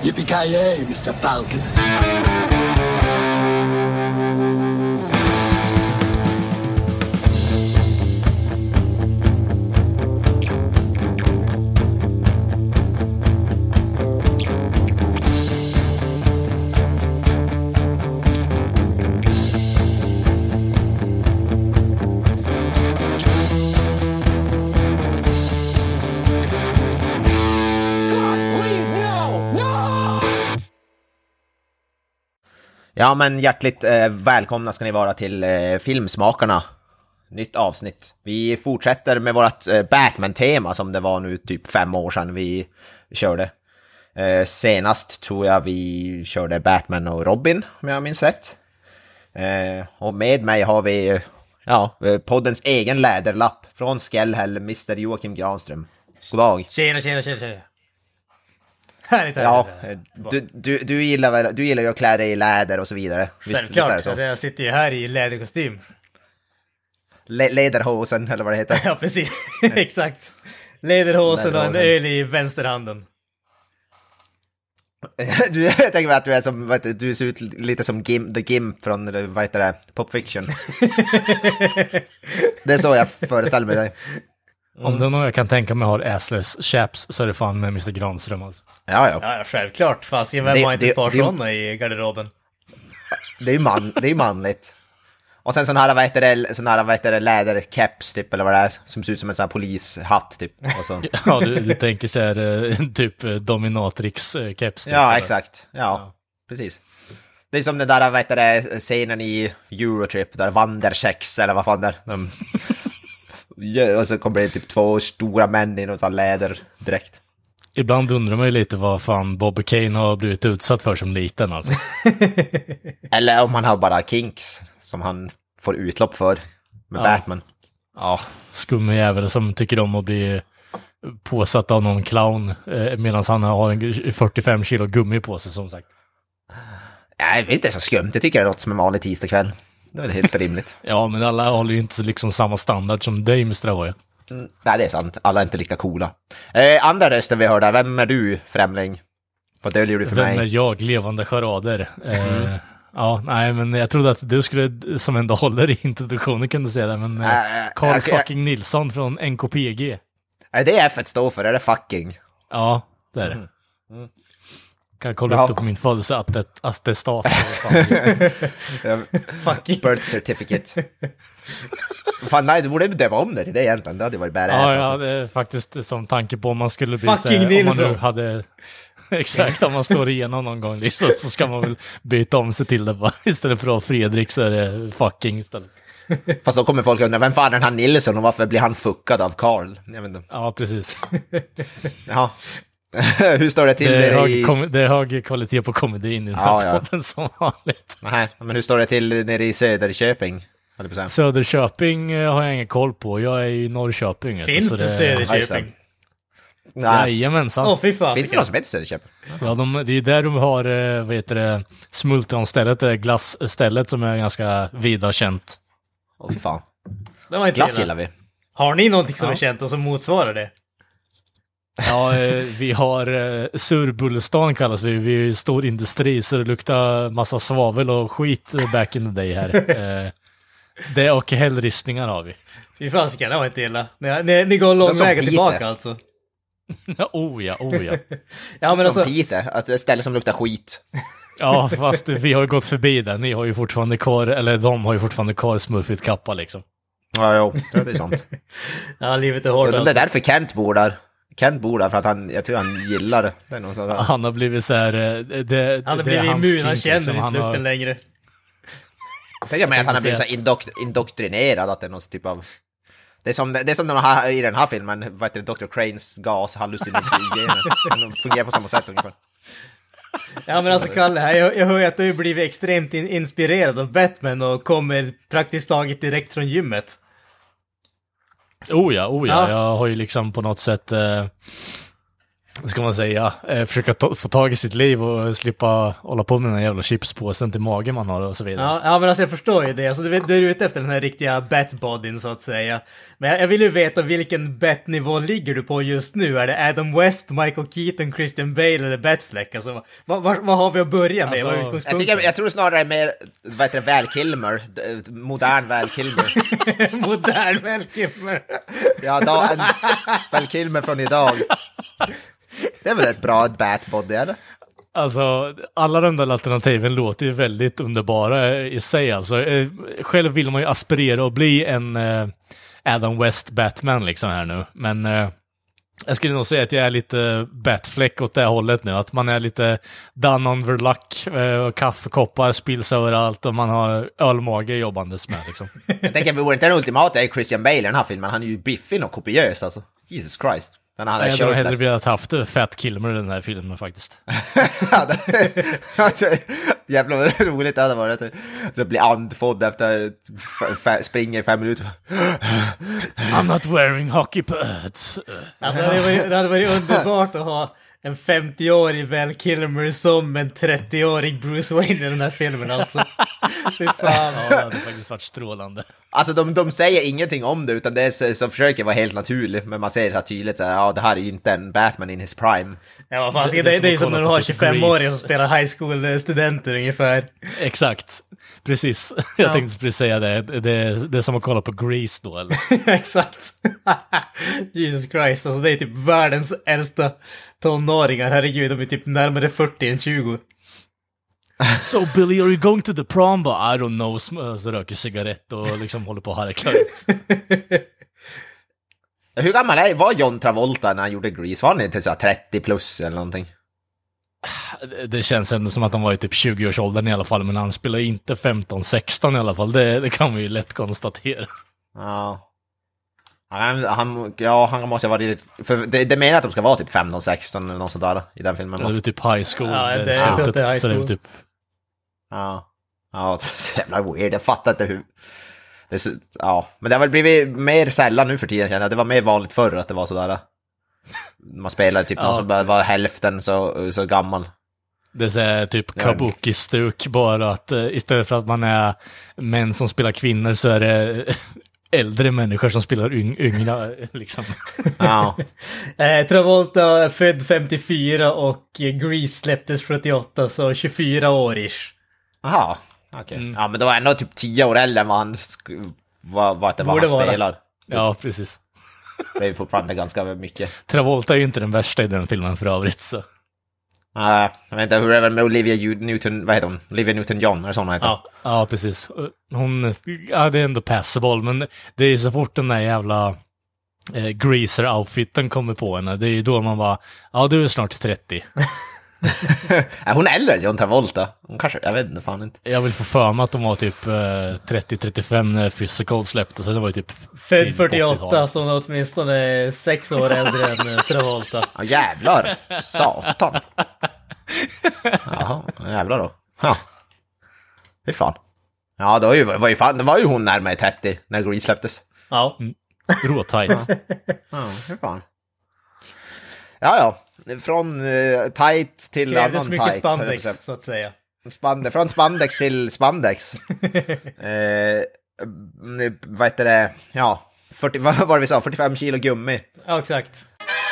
Yippee-ki-yay, Mr. Falcon. Ja, men hjärtligt välkomna ska ni vara till Filmsmakarna. Nytt avsnitt. Vi fortsätter med vårt Batman-tema som det var nu typ 5 år sedan vi körde. Senast tror jag vi körde Batman och Robin, om jag minns rätt. Och med mig har vi poddens egen läderlapp från Skellhäll, Mr. Joakim Granström. God dag. Tjena. Härligt. Ja, du gillar ju att klä dig i läder och så vidare. Självklart, Visst alltså, jag sitter ju här i läderkostym. Läderhosen, eller vad det heter. Ja, precis. Exakt. Läderhosen och en öl i vänsterhanden. Jag tänker att du är som, du ser ut lite som The Gimp från, vad heter det, Pop Fiction. Det är så jag föreställer mig dig. Om det är någon jag kan tänka mig har assless chaps så är det fan med Mr. Granström alltså. Ja, självklart. Fast vem har inte ett par sådana i garderoben? Det är ju manligt. Och sen sån här, vad heter det, läderkeps typ, eller vad det är, som ser ut som en sån här polishatt typ. Och så. Ja, du tänker så här typ dominatrix-keps typ, ja, eller? exakt. Ja, precis. Det är som den där, vad heter det, scenen i Eurotrip, där Wandersex, eller vad fan där. Och så kommer det typ 2 stora män i någon sån läder direkt. Ibland undrar man ju lite vad fan Bobby Kane har blivit utsatt för som liten alltså. Eller om han har bara kinks som han får utlopp för med Batman. Ja, skumme jävel som tycker om att bli påsatt av någon clown medan han har en 45 kilo gummi på sig, som sagt. Jag vet inte, så skumt. Jag tycker det låter som en vanlig tisdagkväll. Det är helt rimligt. Ja, men alla håller ju inte liksom samma standard som dig, Mr. Ahoy. Nej, det är sant. Alla är inte lika coola. Andra röster vi hörde, vem är du, främling? Vad döljer du för mig? Vem är jag, levande charader? Ja, nej, men jag trodde att du skulle, som ändå håller i introduktionen, kunde säga det, men Carl fucking Nilsson från NKPG. Är det F-et står för? Är det fucking? Ja, det är det. Kan kolla upp det på min födelseattestat. Fucking birth certificate. Fan, nej, du borde döpa om det till det egentligen. Det hade varit badass. Ja, alltså. det är faktiskt som tanke på om man skulle bli fucking så, Nilsson. om man nu hade exakt, om man slår igenom någon gång liksom, så ska man väl byta om sig till det bara. Istället för att Fredrik så är det fucking istället. Fast då kommer folk undra, vem fan är den här Nilsson och varför blir han fuckad av Carl? Jag vet inte. Ja, precis. Jaha. Hur står det till det är hög kvalitet på komedin i den här podden som vanligt. Nej, men hur står det till nere i Söderköping? Söderköping har jag ingen koll på. Jag är i Norrköping. Finns det Söderköping? Jajamensan. Fy fan. Finns det något som heter Söderköping? Ja, det är där de har, vad heter det, smultronstället, glassstället som är ganska vida känt. Fy fan. Det var inte glass gillar vi. Har ni någonting som är känt och som motsvarar det? Ja, vi har Surbullestan kallas vi. Vi är stor industri så det luktar massa svavel och skit back in the day här. Det och hällristningar har vi. Fy fan, så kan det vara inte illa. Ni går lång väg tillbaka alltså. Oh ja. Ja, men som Peter, att det är ett ställe som luktar skit. Ja, fast vi har ju gått förbi det. Ni har ju fortfarande kvar, eller de har ju fortfarande kvar smurfigt kappa liksom. Ja, jo, det är sant. Ja, livet är hårt alltså. alltså. Det är därför Kent bor där. Kent bor där för att jag tror han gillar det. Det är någon sån där. Han har blivit så här, han har blivit immun, han känner liksom. inte lukten längre. Jag tänker mig att han har blivit så indoktrinerad, att det är någon typ av... Det är som de har i den här filmen, vad heter det, Dr. Cranes gas hallucinogener. De fungerar på samma sätt ungefär. Ja, men alltså Kalle, jag hör ju att du har blivit extremt inspirerad av Batman och kommer praktiskt taget direkt från gymmet. Oh ja. Jag har ju liksom på något sätt ska man säga, försöka få tag i sitt liv och slippa hålla på med den här jävla chipspåsen till magen man har och så vidare. Ja, men alltså jag förstår ju det. Alltså, du är ute efter den här riktiga bat-bodyn så att säga. Men jag vill ju veta vilken bat-nivå ligger du på just nu? Är det Adam West, Michael Keaton, Christian Bale eller Batfleck? Alltså, vad har vi att börja med? Alltså, Vad är utgångspunkten? Jag tror snarare mer, vad heter det, Val Kilmer, modern Val Kilmer. Modern Val Kilmer. Ja, en Val Kilmer från idag. Det är väl ett bra bat-body, eller? Alltså, alla de där alternativen låter ju väldigt underbara i sig. Alltså, själv vill man ju aspirera och bli en Adam West Batman liksom här nu. Men jag skulle nog säga att jag är lite Batfleck åt det hållet nu. Att man är lite done on the luck, kaffekoppar spills överallt och man har ölmage jobbandes med liksom. Jag tänker, vore inte den ultimata är Christian Bale i den här filmen. Han är ju biffig och kopiös, alltså. Jesus Christ. Jag hade hellre velat haft Fat Kilmer i den här filmen faktiskt. Jävla roligt det hade varit. Så blir andfådd efter springer 5 minuter. I'm not wearing hockey pads. Alltså, det hade varit underbart att ha en 50-årig Val Kilmer som en 30-årig Bruce Wayne i den här filmen alltså. Fy fan. Ja, det hade faktiskt varit strålande. Alltså de säger ingenting om det, utan det är som försöker vara helt naturligt, men man säger så här tydligt så här, ja, det här är ju inte en Batman in his prime. Ja, fast det är ju som när du har 25-åringar som spelar high school-studenter ungefär. Exakt, precis. Jag tänkte precis säga det. Det är som att kolla på Grease då, eller? Exakt. Jesus Christ, alltså det är typ världens äldsta tonåringar. Herregud, de är typ närmare 40 än 20. So Billy, are you going to the prom? But I don't know. Så röker cigarett och liksom håller på att harkla ut. Hur gammal var John Travolta när han gjorde Grease? Var han inte så här 30 plus eller någonting? Det känns ändå som att han var i typ 20-årsåldern i alla fall, men han spelar inte 15-16 i alla fall. Det kan vi ju lätt konstatera. Ja. Han måste ha varit... För det menar att de ska vara typ 15-16 eller något sånt där i den filmen. Det är typ high school. Ja, det är high school. Så det är typ... Ja, det är så jävla weird. Jag fattar inte hur... Det är så, ja, men det har väl blivit mer sällan nu för tiden, känner jag. Det var mer vanligt förr att det var sådär. Man spelade typ någon som var hälften så gammal. Det är så här, typ kabuki-stuk bara, att istället för att man är män som spelar kvinnor så är det äldre människor som spelar yngre liksom. Ja. Travolta är född 54 och Grease släpptes 78, så 24 år-ish. Jaha, okej. Ja, men det var ändå typ 10 år äldre än vad han spelar. Ja, precis. Det är fortfarande ganska mycket. Travolta är ju inte den värsta i den filmen för övrigt, så. Jag vet inte, hur är det med Olivia Newton, vad heter hon? Olivia Newton-John, eller sån heter hon? Ja, precis. Hon, ja, det är ändå passable, men det är ju så fort den där jävla greaser-outfiten kommer på henne, det är ju då man bara, ja, du är snart 30. Är hon äldre än John Travolta? Hon kanske, jag vet inte, fan inte. Jag vill få för mig att de var typ 30-35 när Physical släppte, så det var ju typ... Född 48, så hon är åtminstone 6 år äldre än Travolta. Ja, jävlar. Satan. Jaha, jävlar då. Ja. Fy fan. Ja, det var ju hon närmare 30 när Grease släpptes. Ja. Råtajt. Ja, fy fan. Ja. Från tight till annan tight. Mycket spandex, så att säga. Från spandex till spandex. Vad heter det? Ja, vad var det vi sa? 45 kilo gummi. Ja, exakt.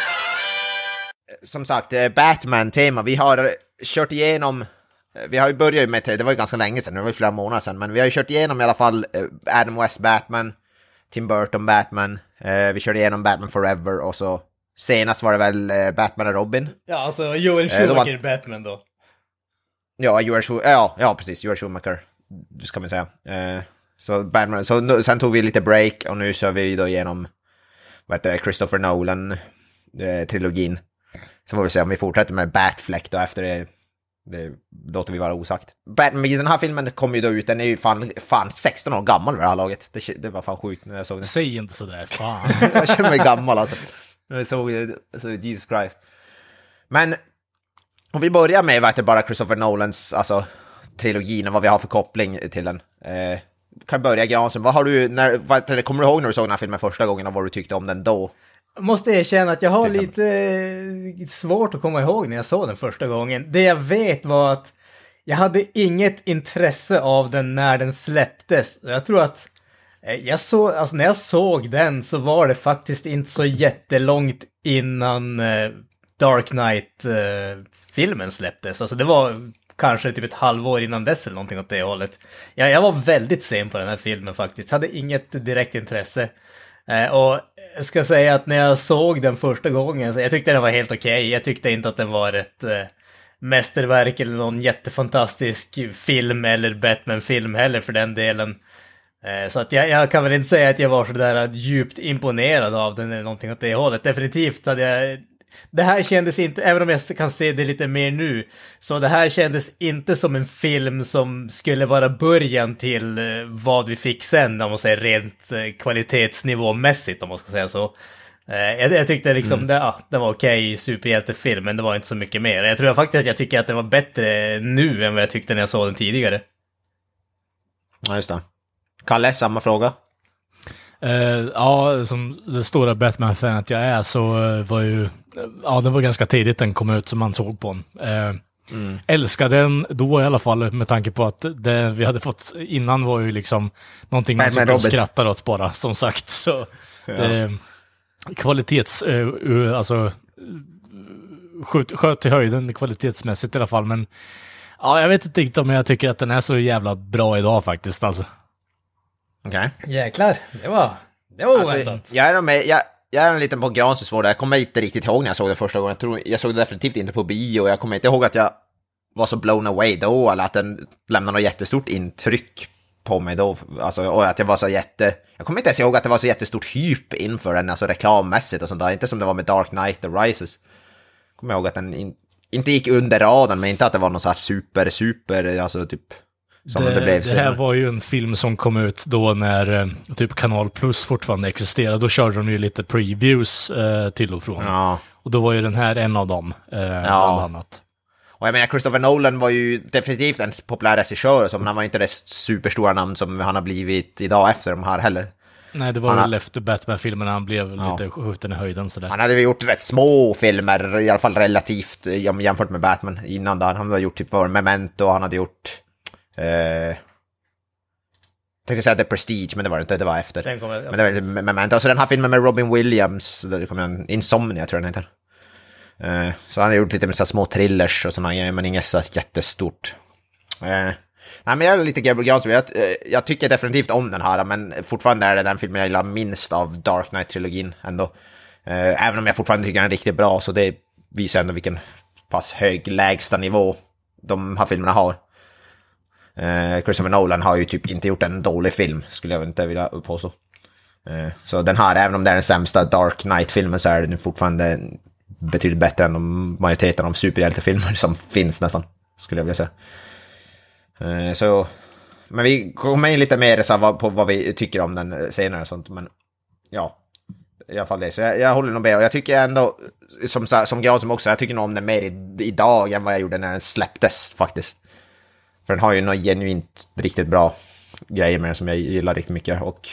Som sagt, Batman-tema. Vi har kört igenom... Vi har ju börjat med... Det var ju ganska länge sedan, det var ju flera månader sedan. Men vi har ju kört igenom i alla fall Adam West Batman, Tim Burton Batman. Vi körde igenom Batman Forever och så... Senast var det väl Batman och Robin. Ja, alltså Joel Schumacher Batman då. Ja, precis. Joel Schumacher, ska man säga. Så Batman, sen tog vi lite break och nu kör vi då igenom Christopher Nolan trilogin. Så får vi se om vi fortsätter med Batfleck då efter det låter vi vara osagt. Batman, den här filmen kommer ju då ut, den är ju fan 16 år gammal vid det här laget. Det var fan sjukt när jag såg den. Säg inte sådär, fan. Så jag känner mig gammal alltså. Så Jesus Christ. Men om vi börjar med bara Christopher Nolans alltså trilogin och vad vi har för koppling till den. Kan börja Granström. Vad har du kommer du ihåg när du såg den här filmen första gången och vad du tyckte om den då? måste erkänna att jag har lite svårt att komma ihåg när jag såg den första gången. Det jag vet var att jag hade inget intresse av den när den släpptes. Jag tror att när jag såg den så var det faktiskt inte så jättelångt innan Dark Knight-filmen släpptes. Alltså det var kanske typ ett halvår innan dess eller någonting åt det hållet. Jag var väldigt sen på den här filmen faktiskt. Hade inget direkt intresse. Och jag ska säga att när jag såg den första gången så jag tyckte den var helt okej. Jag tyckte inte att den var ett mästerverk eller någon jättefantastisk film eller Batman-film heller för den delen. Så att jag kan väl inte säga att jag var så där djupt imponerad av den eller någonting åt det hållet. Definitivt hade jag... Det här kändes inte, även om jag kan se det lite mer nu, så det här kändes inte som en film som skulle vara början till vad vi fick sen, om man säger rent kvalitetsnivåmässigt, om man ska säga så. Jag tyckte liksom det var okej superhjältefilm, men det var inte så mycket mer. Jag tror faktiskt att jag tycker att den var bättre nu än vad jag tyckte när jag såg den tidigare. Ja, just det. Kalle, samma fråga. Ja, som det stora Batman-fan att jag är så var ju... Ja, det var ganska tidigt den kom ut som man såg på den. Älskade den då i alla fall med tanke på att det vi hade fått innan var ju liksom någonting man som skrattar åt bara, som sagt. Så alltså sköt till höjden kvalitetsmässigt i alla fall, men ja, jag vet inte riktigt om jag tycker att den är så jävla bra idag faktiskt alltså. Okej. Jäklar, det var oväntat. Alltså, jag är en liten på Granströms spår där. Jag kommer inte riktigt ihåg när jag såg det första gången. Jag såg det definitivt inte på bio. Jag kommer inte ihåg att jag var så blown away då, eller att den lämnade något jättestort intryck på mig då. Alltså, och att jag var så jag kommer inte ens ihåg att det var så jättestort hype inför den, alltså reklammässigt och sånt där. Inte som det var med Dark Knight och Rises. Jag kommer ihåg att den inte gick under radarn, men inte att det var någon så här super, alltså typ... Det här var ju en film som kom ut då när typ Kanal Plus fortfarande existerade. Då körde de ju lite previews till och från. Ja. Och då var ju den här en av dem, bland annat. Och jag menar, Christopher Nolan var ju definitivt en populär regissör, men han var inte det superstora namn som han har blivit idag efter de här heller. Nej, det var väl efter Batman-filmen han blev lite skjuten i höjden sådär. Han hade gjort rätt små filmer, i alla fall relativt jämfört med Batman innan där. Han hade gjort typ Memento, han hade gjort... jag tänkte säga The Prestige, men det var inte, det var efter. Men det var Memento. Så den här filmen med Robin Williams, det kom en Insomnia tror jag den heter. Så han har gjort lite med så små thrillers och sådana grejer, men inget så jättestort. Nej, men jag är lite Gabriel Granström. Jag tycker definitivt om den här, men fortfarande är det den filmen jag gillar minst av Dark Knight-trilogin ändå. Även om jag fortfarande tycker den är riktigt bra, så det visar ändå vilken pass hög lägsta nivå de här filmerna har. Christopher Nolan har ju typ inte gjort en dålig film, skulle jag inte vilja påstå. Så den här, även om det är den sämsta Dark Knight-filmen, så är den fortfarande betydligt bättre än majoriteten av superhjältefilmer som finns nästan, skulle jag vilja säga. Så, men vi kommer in lite mer så på vad vi tycker om den senare och sånt, men ja, i alla fall det. Så jag håller nog med, och jag tycker ändå, som Gran som också, jag tycker nog om den mer idag än vad jag gjorde när den släpptes faktiskt. För den har ju något genuint riktigt bra grejer med den som jag gillar riktigt mycket, och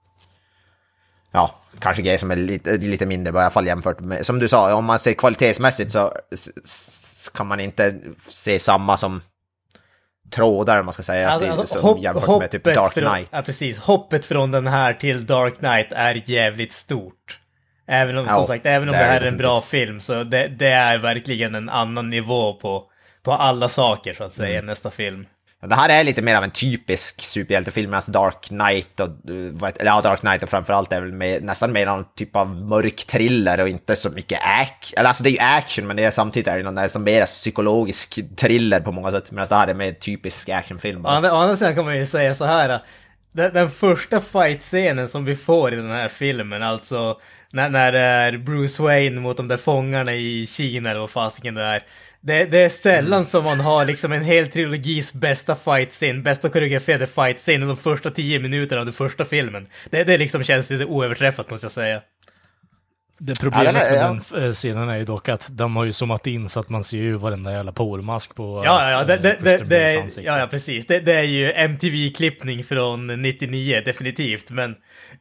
ja, kanske grejer som är lite mindre i alla fall jämfört med, som du sa, om man ser kvalitetsmässigt så kan man inte se samma som trådar, man ska säga, som jämfört med typ Dark Knight. Ja, precis. Hoppet från den här till Dark Knight är jävligt stort. Även om, som sagt, även om det här är en bra film, så det är verkligen en annan nivå på alla saker, så att säga, nästa film. Det här är lite mer av en typisk superhjältefilm, alltså Dark Knight Dark Knight och framförallt är väl nästan mer någon typ av mörk thriller och inte så mycket alltså det är ju action, men det är samtidigt är det någon som mer psykologisk thriller på många sätt, medan det här är mer typisk actionfilm. Å andra sidan kan man ju säga så här, den första fight-scenen som vi får i den här filmen, alltså när det är Bruce Wayne mot de där fångarna i Kina eller vad fasiken det är. Det är sällan som man har liksom en hel trilogis bästa fight-scene, bästa koreograferade fight-scene de första 10 minuterna av den första filmen. Det liksom känns lite oöverträffat, måste jag säga. Det problemet med den scenen är ju dock att de har ju zoomat in så att man ser ju varenda jävla pormask på ja, precis. Det är ju MTV-klippning från 99, definitivt. Men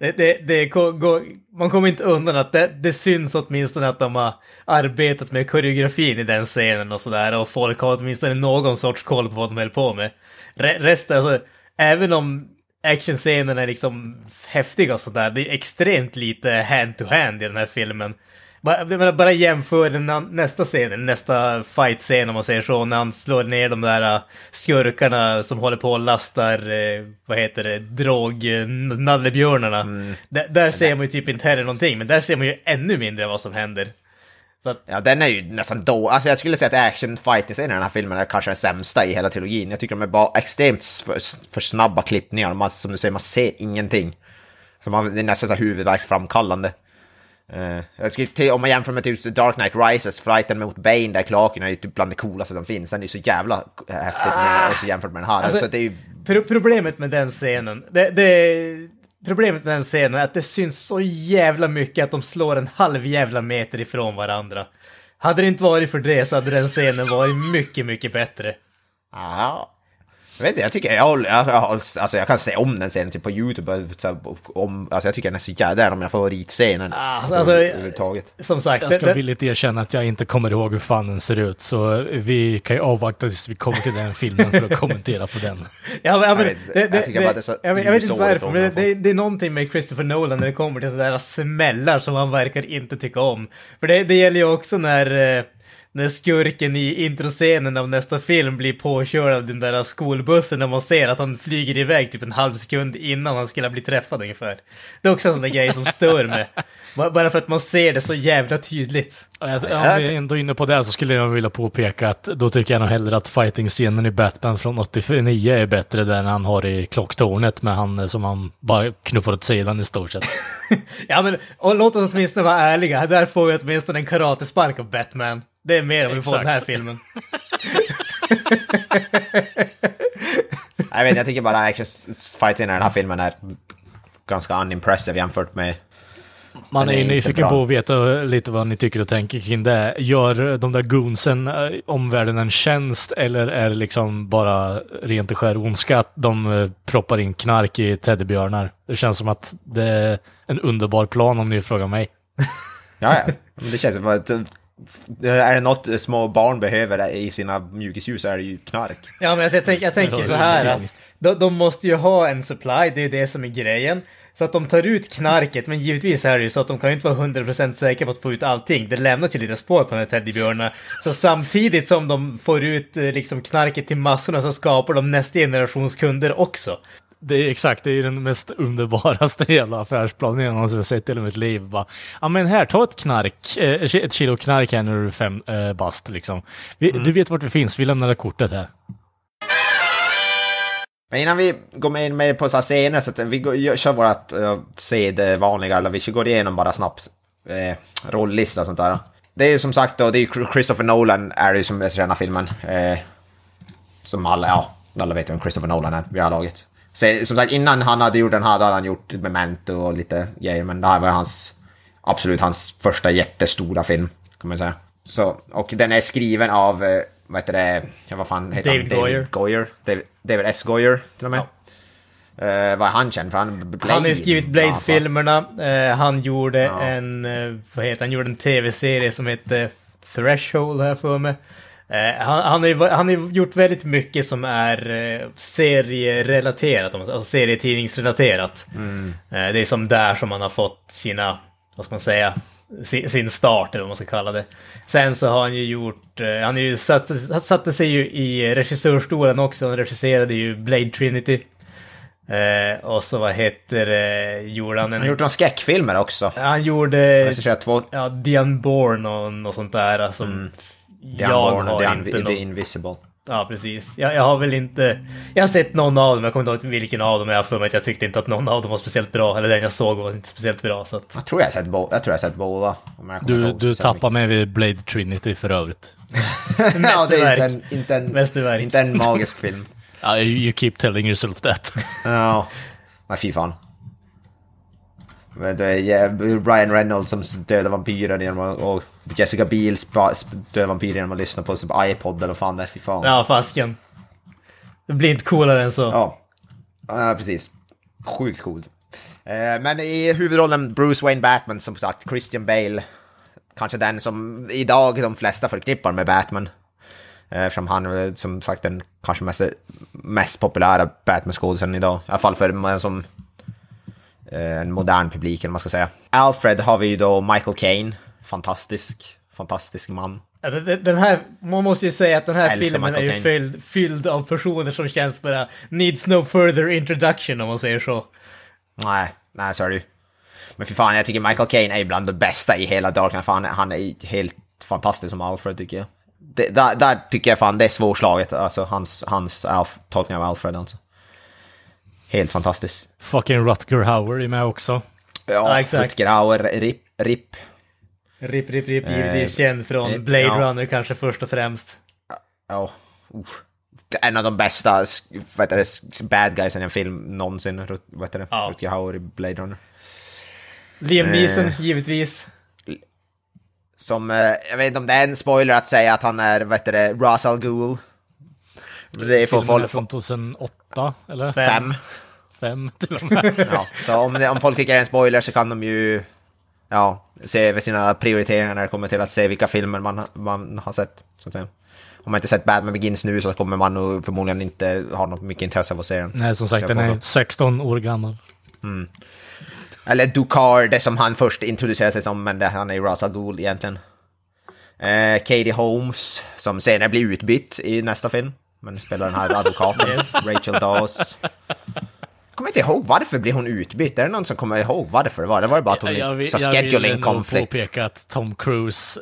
man kommer inte undan att det syns åtminstone att de har arbetat med koreografin i den scenen och sådär. Och folk har åtminstone någon sorts koll på vad de höll på med. Resten, alltså, även om actionscenen är liksom häftiga och sådär, det är extremt lite hand-to-hand i den här filmen. Bara jämför nästa scen, nästa fight-scen om man säger så, när han slår ner de där skurkarna som håller på och lastar, drognallebjörnarna. Där ser man ju typ inte heller någonting, men där ser man ju ännu mindre vad som händer. Så att... Ja, den är ju nästan då. Alltså jag skulle säga att action-fighting-scenen i den här filmen är kanske den sämsta i hela trilogin. Jag tycker de är bara extremt för snabba klippningar. Som du säger, man ser ingenting. Så det är nästan så huvudvärksframkallande. Om man jämför med typ Dark Knight Rises, fighten mot Bane där klaken är ju typ bland det coolaste som finns. Den är ju så jävla häftigt jämfört med den här. Alltså, det är ju... Problemet med den scenen, Problemet med den scenen är att det syns så jävla mycket att de slår en halv jävla meter ifrån varandra. Hade det inte varit för det så hade den scenen varit mycket, mycket bättre. Ja. Jag vet inte, jag tycker jag kan se om den scenen typ på YouTube alltså jag tycker den är så jävla om jag favoritscenen överhuvudtaget. Som sagt, jag ska villigt erkänna att jag inte kommer ihåg hur fan den ser ut, så vi kan ju avvakta tills vi kommer till den filmen för att kommentera på den. Jag vet inte varför, men det är någonting med Christopher Nolan när det kommer till sådär smällar som han verkar inte tycka om. För det gäller ju också när skurken i introscenen av nästa film blir påkörd av den där skolbussen, när man ser att han flyger iväg typ en halv sekund innan han skulle bli träffad ungefär. Det är också en sån där grej som stör mig. Bara för att man ser det så jävla tydligt. Om vi är ändå inne på det så skulle jag vilja påpeka att då tycker jag nog hellre att fighting-scenen i Batman från 89 är bättre än han har i klocktornet med han som han bara knuffar åt sidan i stort sett. Ja, men låt oss åtminstone vara ärliga. Där får vi åtminstone en karatespark av Batman. Det är mer än vi får den här filmen. Jag tycker bara action-fighten i den här filmen är ganska unimpressive jämfört med... Man är nyfiken på att veta lite vad ni tycker och tänker kring det. Gör de där goonsen omvärlden en tjänst, eller är det liksom bara rent och skär ondska att de proppar in knark i teddybjörnar? Det känns som att det är en underbar plan om ni frågar mig. Ja. Men det känns som att är det något små barn behöver i sina mjukisljus så är det ju knark. Ja, men jag tänker så här att de måste ju ha en supply, det är ju det som är grejen. Så att de tar ut knarket, men givetvis är det ju så att de kan ju inte vara 100% säkra på att få ut allting. Det lämnas ju lite spår på den här teddybjörnarna. Så samtidigt som de får ut liksom knarket till massorna så skapar de nästa generations kunder också. Det är exakt, det är den mest underbaraste hela affärsplanen jag någonsin sett i mitt liv. Bara, ja men här, ta ett kilo knark här när du är 5 bast liksom. Du vet vart vi finns, vi lämnar det kortet här. Men innan vi går med på så här scener så att vi kör vårat CD vanliga, eller vi går igenom bara snabbt rolllista och sånt där. Det är ju som sagt då, det är Christopher Nolan är ju som regisserar filmen. Som alla vet vem Christopher Nolan är vid det här laget. Så, som sagt, innan han hade gjort den här, hade han gjort Memento och lite grejer, men det här var hans första jättestora film, kan man säga. Så, och den är skriven av, vad heter det, vad fan heter David Goyer. David S. Goyer, till och med. Vad är han känd för? Han har ju skrivit Blade-filmerna. Han gjorde han gjorde en tv-serie som heter Threshold här för mig. Han har gjort väldigt mycket som är serierelaterat, alltså serietidningsrelaterat. Det är som där som man har fått sina, vad ska man säga, sin start eller vad man ska kalla det. Sen så har han ju gjort, han har ju satte sig ju i regissörstolen också. Han regisserade ju Blade Trinity. Och så vad heter gjorde han har gjort några skräckfilmer också. Han gjorde The Unborn och något sånt där alltså, The Invisible. Ja, precis. Jag har väl inte... Jag har sett någon av dem, jag kommer inte ihåg vilken av dem. Jag har för mig att jag tyckte inte att någon av dem var speciellt bra. Eller den jag såg var inte speciellt bra. Så att... Jag tror jag har sett båda. Du tappar mig vid Blade Trinity för övrigt. Ja, det är inte en magisk film. You keep telling yourself that. Ja, nej fy fan. Ryan Reynolds som dödar vampyrer genom och Jessica Biel dödar vampyrer genom att lyssna på iPod eller fan där, fy fan. Ja, fasken. Det blir inte coolare än så. Ja, precis. Sjukt coolt. Men i huvudrollen Bruce Wayne Batman, som sagt, Christian Bale. Kanske den som idag de flesta förknippar med Batman. Eftersom han är som sagt den kanske mest populära Batman-skådisen idag. I alla fall för som en modern publik, eller man ska säga. Alfred har vi ju då Michael Caine. Fantastisk man. Den här, man måste ju säga att den här filmen Michael är ju fylld av personer som känns bara needs no further introduction, om man säger så. Nej, så är det ju. Men för fan, jag tycker Michael Caine är bland de bästa i hela Dark Knight. Han är helt fantastisk som Alfred, tycker jag. Där tycker jag fan det är svårslaget. Alltså hans tolkning av Alfred, alltså. Helt fantastiskt. Fucking Rutger Hauer är med också. Ja, exakt. Rutger Hauer, RIP. RIP, givetvis känd från Blade Runner kanske först och främst. Ja, en av de bästa bad guys i en film någonsin. Rutger Hauer i Blade Runner. Liam Neeson, givetvis. Som, jag vet inte om det är en spoiler att säga att han är, Ra's al Ghul. Det är filmen är från 2008, eller? 5 till och med. Ja, så om folk tycker det är en spoiler så kan de ju se över sina prioriteringar när det kommer till att se vilka filmer man har sett, så att säga. Om man inte sett Batman Begins nu så kommer man nog förmodligen inte ha något mycket intresse av att se den. Nej, som sagt, den är 16 år gammal. Eller Ducard, det som han först introducerade sig som, men han är ju Ra's al Ghul egentligen. Katie Holmes, som senare blir utbytt i nästa film, men spelar den här advokaten. Rachel Dawes. Kommer inte ihåg varför blir hon utbytt. Är det någon som kommer ihåg varför det var? Det var bara att hon sa scheduling conflict. Jag vill påpeka att Tom Cruise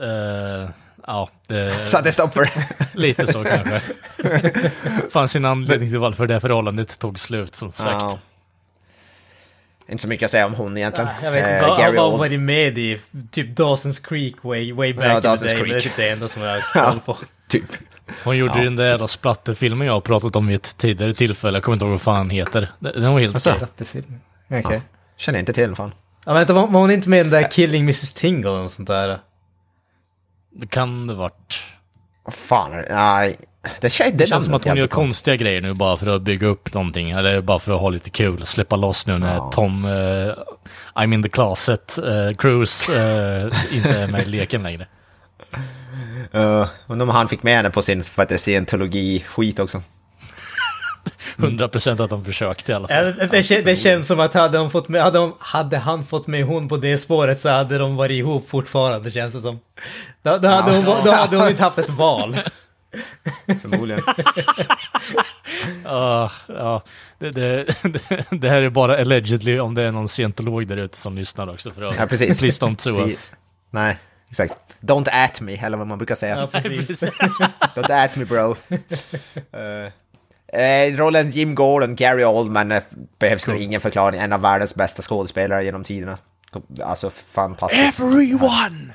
så det stoppar. Lite så kanske. Fanns en anledning till varför det förhållandet tog slut, som sagt. Inte så mycket att säga om hon egentligen. Jag vet inte, han var varit med i typ Dawson's Creek way back in the day. Det är typ det enda som jag har koll på. Typ. Hon gjorde den där jävla splatterfilmen jag har pratat om i ett tidigare tillfälle. Jag kommer inte ihåg vad fan heter. Den var helt splatterfilm. Okej. Känner inte till fan. Ja, vänta, var hon inte med i den där Killing Mrs. Tingle och sånt där? Det kan det varit. Vad fan, nej. Det känns som att hon gör konstiga grejer nu bara för att bygga upp någonting. Eller bara för att ha lite kul. Släppa loss nu när Tom I'm in the closet Cruise inte är med i leken längre. Och han fick med henne på sin scientologi-skit också. 100% att de försökte i alla fall. Det känns som att hade han fått med hon på det spåret så hade de varit ihop fortfarande, känns det som. Då hade hon inte haft ett val. Förmodligen. Det här är bara allegedly om det är någon scientolog där ute som lyssnar också. För att precis. Please don't sue us. Nej, exakt. Don't at me, eller vad man brukar säga. Ja, precis. Don't at me, bro. Rollen Jim Gordon, Gary Oldman, behövs nog ingen förklaring. En av världens bästa skådespelare genom tiderna. Alltså, fantastiskt. Everyone!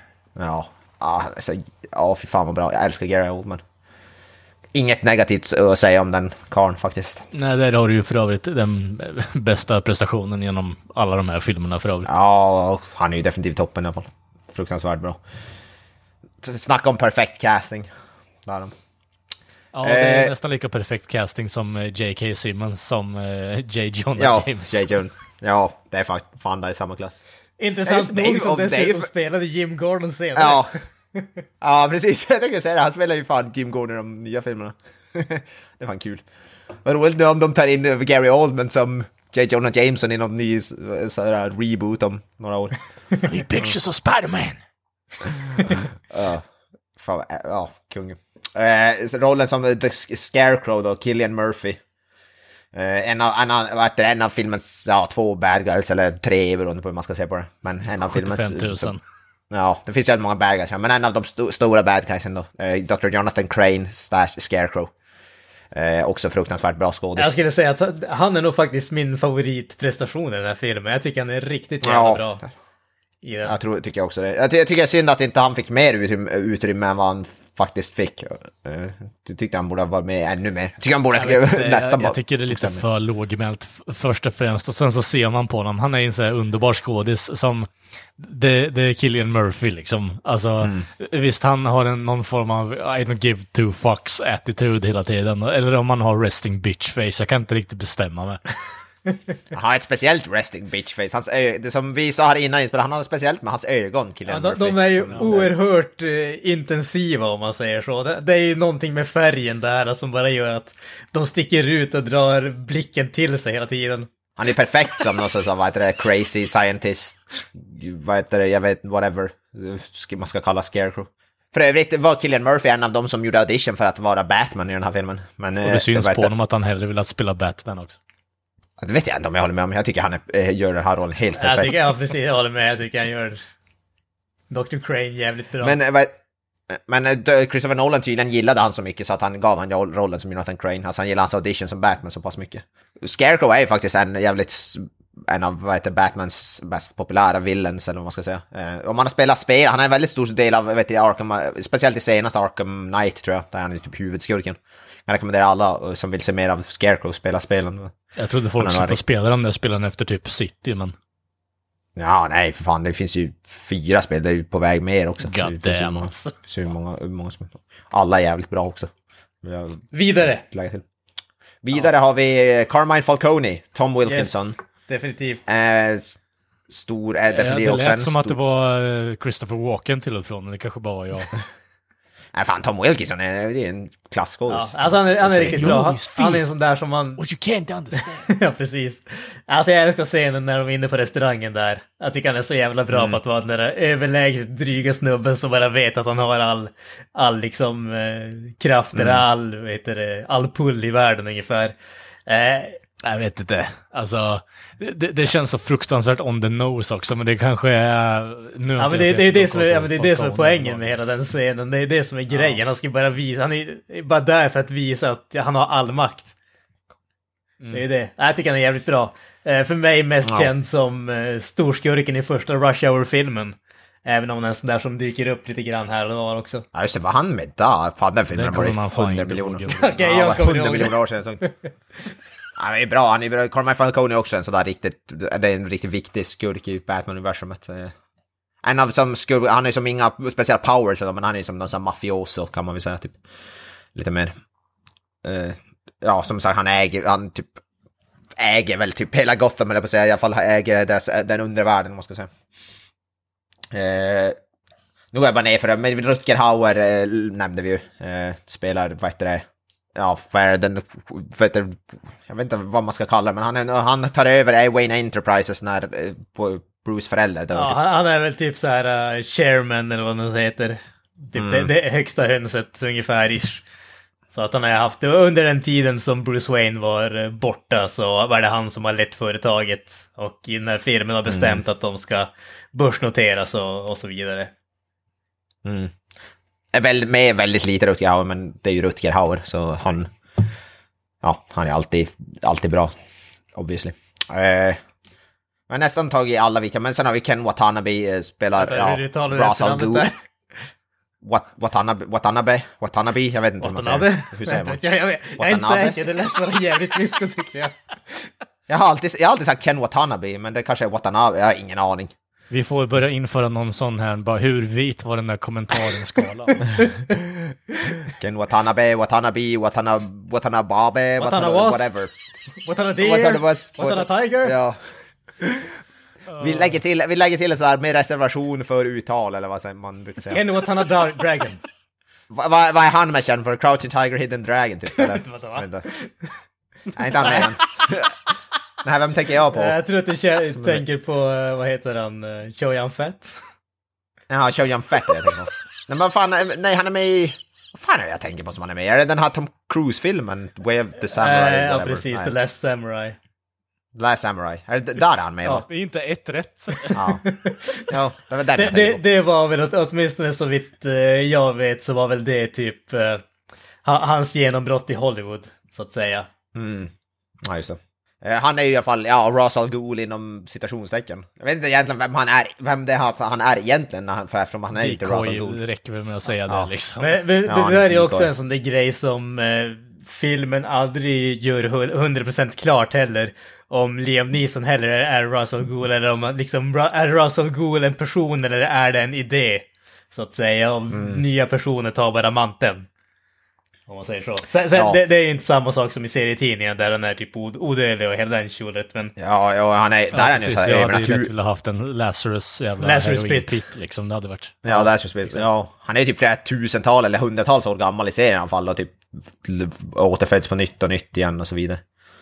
Fy fan vad bra. Jag älskar Gary Oldman. Inget negativt att säga om den karln faktiskt. Nej, där har du ju för övrigt den bästa prestationen genom alla de här filmerna för övrigt. Ja, han är ju definitivt toppen i alla fall. Fruktansvärt bra. Snacka om perfekt casting. Där. Ja, det är nästan lika perfekt casting som J.K. Simmons som J. Jonah James. Ja, det är fan där i samma klass. Intressant nog som dessutom spelade Jim Gordon senare. Ja, precis. Jag tänkte säga det. Han spelar ju fan Jim Gordon i de nya filmerna. Det är fan kul. Vad roligt nu om de tar in Gary Oldman som J. Jonah Jameson i någon ny reboot om några år. He pictures of Spider-Man. Kungen. Rollen som The Scarecrow då, Cillian Murphy. En av filmens 2 bad guys, eller 3 beroende på hur man ska se på det. Men en av filmens 75 000. Ja, det finns ju många bad guys, men en av de stora bad guysen då, Dr. Jonathan Crane / Scarecrow. Också fruktansvärt bra skådis. Jag skulle säga att han är nog faktiskt min favoritprestation i den här filmen. Jag tycker han är riktigt jävla bra. i den. Tycker jag också det. Jag tycker det är synd att inte han fick mer utrymme än vad han faktiskt fick. Du tyckte han borde vara med ännu mer. Jag tycker han borde jag tycker det är lite för lågmält först och främst. Och sen så ser man på honom. Han är en så här underbar skådis som det är Cillian Murphy liksom. Alltså, visst han har någon form av I don't give two fucks attitude hela tiden. Eller om man har resting bitch face. Jag kan inte riktigt bestämma mig. Han har ett speciellt resting bitch face. Det som vi sa här innan, han har speciellt med hans ögon. De är ju oerhört intensiva om man säger så. Det är ju någonting med färgen där som bara gör att de sticker ut och drar blicken till sig hela tiden. Han är perfekt som någon sån crazy scientist. Jag vet whatever man ska kalla Scarecrow. För övrigt var Cillian Murphy en av dem som gjorde audition för att vara Batman i den här filmen. Men, och det syns på honom att han hellre vill att spela Batman också. Det vet jag inte om jag håller med om. Jag tycker han gör den här rollen helt perfekt. Jag håller med. Jag tycker han gör Dr. Crane jävligt bra. Men Christopher Nolan tydligen gillade han så mycket så att han gav han rollen som Jonathan Crane. Alltså han gillade hans audition som Batman så pass mycket. Scarecrow är ju faktiskt en av Batmans mest populära villains eller vad man ska säga. Om man har spelat spel, han är en väldigt stor del av Arkham, speciellt i senaste Arkham Knight tror jag, där han är typ huvudskurken. Jag rekommenderar alla som vill se mer av Scarecrow spela spelen. Jag trodde folk skulle spela dem när spelen efter typ City, men... Ja, nej för fan, det finns ju 4 spel, det är ju på väg mer också. God damn, alltså. Det finns ju många spel. Alla är jävligt bra också. Vidare har vi Carmine Falcone, Tom Wilkinson. Yes, definitivt. Stor, definitivt också. Det lät som att det var Christopher Walken till och från, men det kanske bara var jag. Nej fan, Tom Wilkinson är en klasskådis. Ja, alltså han är riktigt bra. Han är en sån där som man... What you can't understand. Ja, precis. Alltså jag älskar scenen när de är inne på restaurangen där. Jag tycker han är så jävla bra på att vara den där överlägset dryga snubben som bara vet att han har all liksom kraft eller all pull i världen ungefär. Jag vet inte. Alltså, det känns så fruktansvärt on the nose också, men det kanske är... Ja, men det är det som är poängen med hela den scenen. Det är det som är grejen. Ja. Han ska bara visa, han är bara där för att visa att han har all makt. Det är det. Jag tycker han är jävligt bra. För mig mest känd som storskurken i första Rush Hour-filmen. Även om den är sån där som dyker upp lite grann här och var också. Ja, just det, var han med där? Fan, den filmen var ju 100 miljoner. Okej, jag kommer 100 miljoner år sedan. Han är bra, Carmine Falcone är också en sådär det är en riktigt viktig skurk i Batman-universumet. En av som skurk, han är som inga speciella powers, men han är som någon sån mafioso kan man väl säga, typ. Lite mer. Ja, som sagt, han äger väl typ hela Gotham, eller på att säga, i alla fall äger den undervärlden, man ska säga. Nu går jag bara ner för det, men Rutger Hauer nämnde vi ju. Spelar, vad heter det? Ja, jag vet inte vad man ska kalla det, men han tar över Wayne Enterprises när Bruce förälder dör. Ja, han är väl typ så här chairman eller vad det heter. Typ det högsta hönset ungefär. Så att han har haft det under den tiden som Bruce Wayne var borta, så var det han som har lett företaget. Och i den här firman har bestämt att de ska börsnoteras och så vidare. Är väldigt lite Rutger Hauer, men det är ju Rutger Hauer, så han är alltid bra, obviously. Jag har nästan tagit alla viktiga, men sen har vi Ken Watanabe spelar Ra's al Ghul. Watanabe, jag vet inte hur säger man. Jag är inte säker, det lät vara jävligt mysko tyckte jag. Jag har alltid sagt Ken Watanabe, men det kanske är Watanabe, jag har ingen aning. Vi får börja införa någon sån här, bara hur vit var den där kommentaren skala? Ken Watanabe, Watanabe, whatever. Watana Tiger? Ja. Vi lägger till så här med reservation för uttal, eller vad man brukar säga. Ken Watana Dragon. Vad är han med känd för? Crouching Tiger, Hidden Dragon, typ? Eller? Nej, inte han med han. Nej, vem tänker jag på? Jag tror att du tänker på, vad heter han? Chow Yun-Fat? Ja, Chow Yun-Fat är jag tänker på. Nej, men fan, nej, han är med i... Vad fan är det jag tänker på som han är med i? Är det den här Tom Cruise-filmen? Way of the Samurai? Ja, precis. Nej. The Last Samurai. Last Samurai. Är det där han med? Ja, det är inte ett rätt. Ja, det var den det var väl åtminstone så vitt jag vet så var väl det typ hans genombrott i Hollywood, så att säga. Ja, just det. Han är ju i alla fall, Ra's al Ghul inom citationstecken. Jag vet inte egentligen vem det är han är egentligen, eftersom han är inte Ra's al Ghul. Det räcker väl med att säga det liksom. Men det är ju också en sån där grej som filmen aldrig gör 100% klart heller. Om Liam Neeson heller är Ra's al Ghul, eller om liksom, är Ra's al Ghul en person eller är det en idé, så att säga, om nya personer tar bara manteln. Om man säger så. Sen det är ju inte samma sak som i serietidningen där han är typ odödlig och hela den tjuret, men... Ja, han är... Där är han ju såhär jag hade ju lätt velat haft en Lazarus Pit liksom, det hade varit... Ja, Lazarus Pit, ja. Han är ju typ flera tusental eller hundratals år gammal i serien i alla fall, och typ återföds på nytt och nytt igen och så vidare.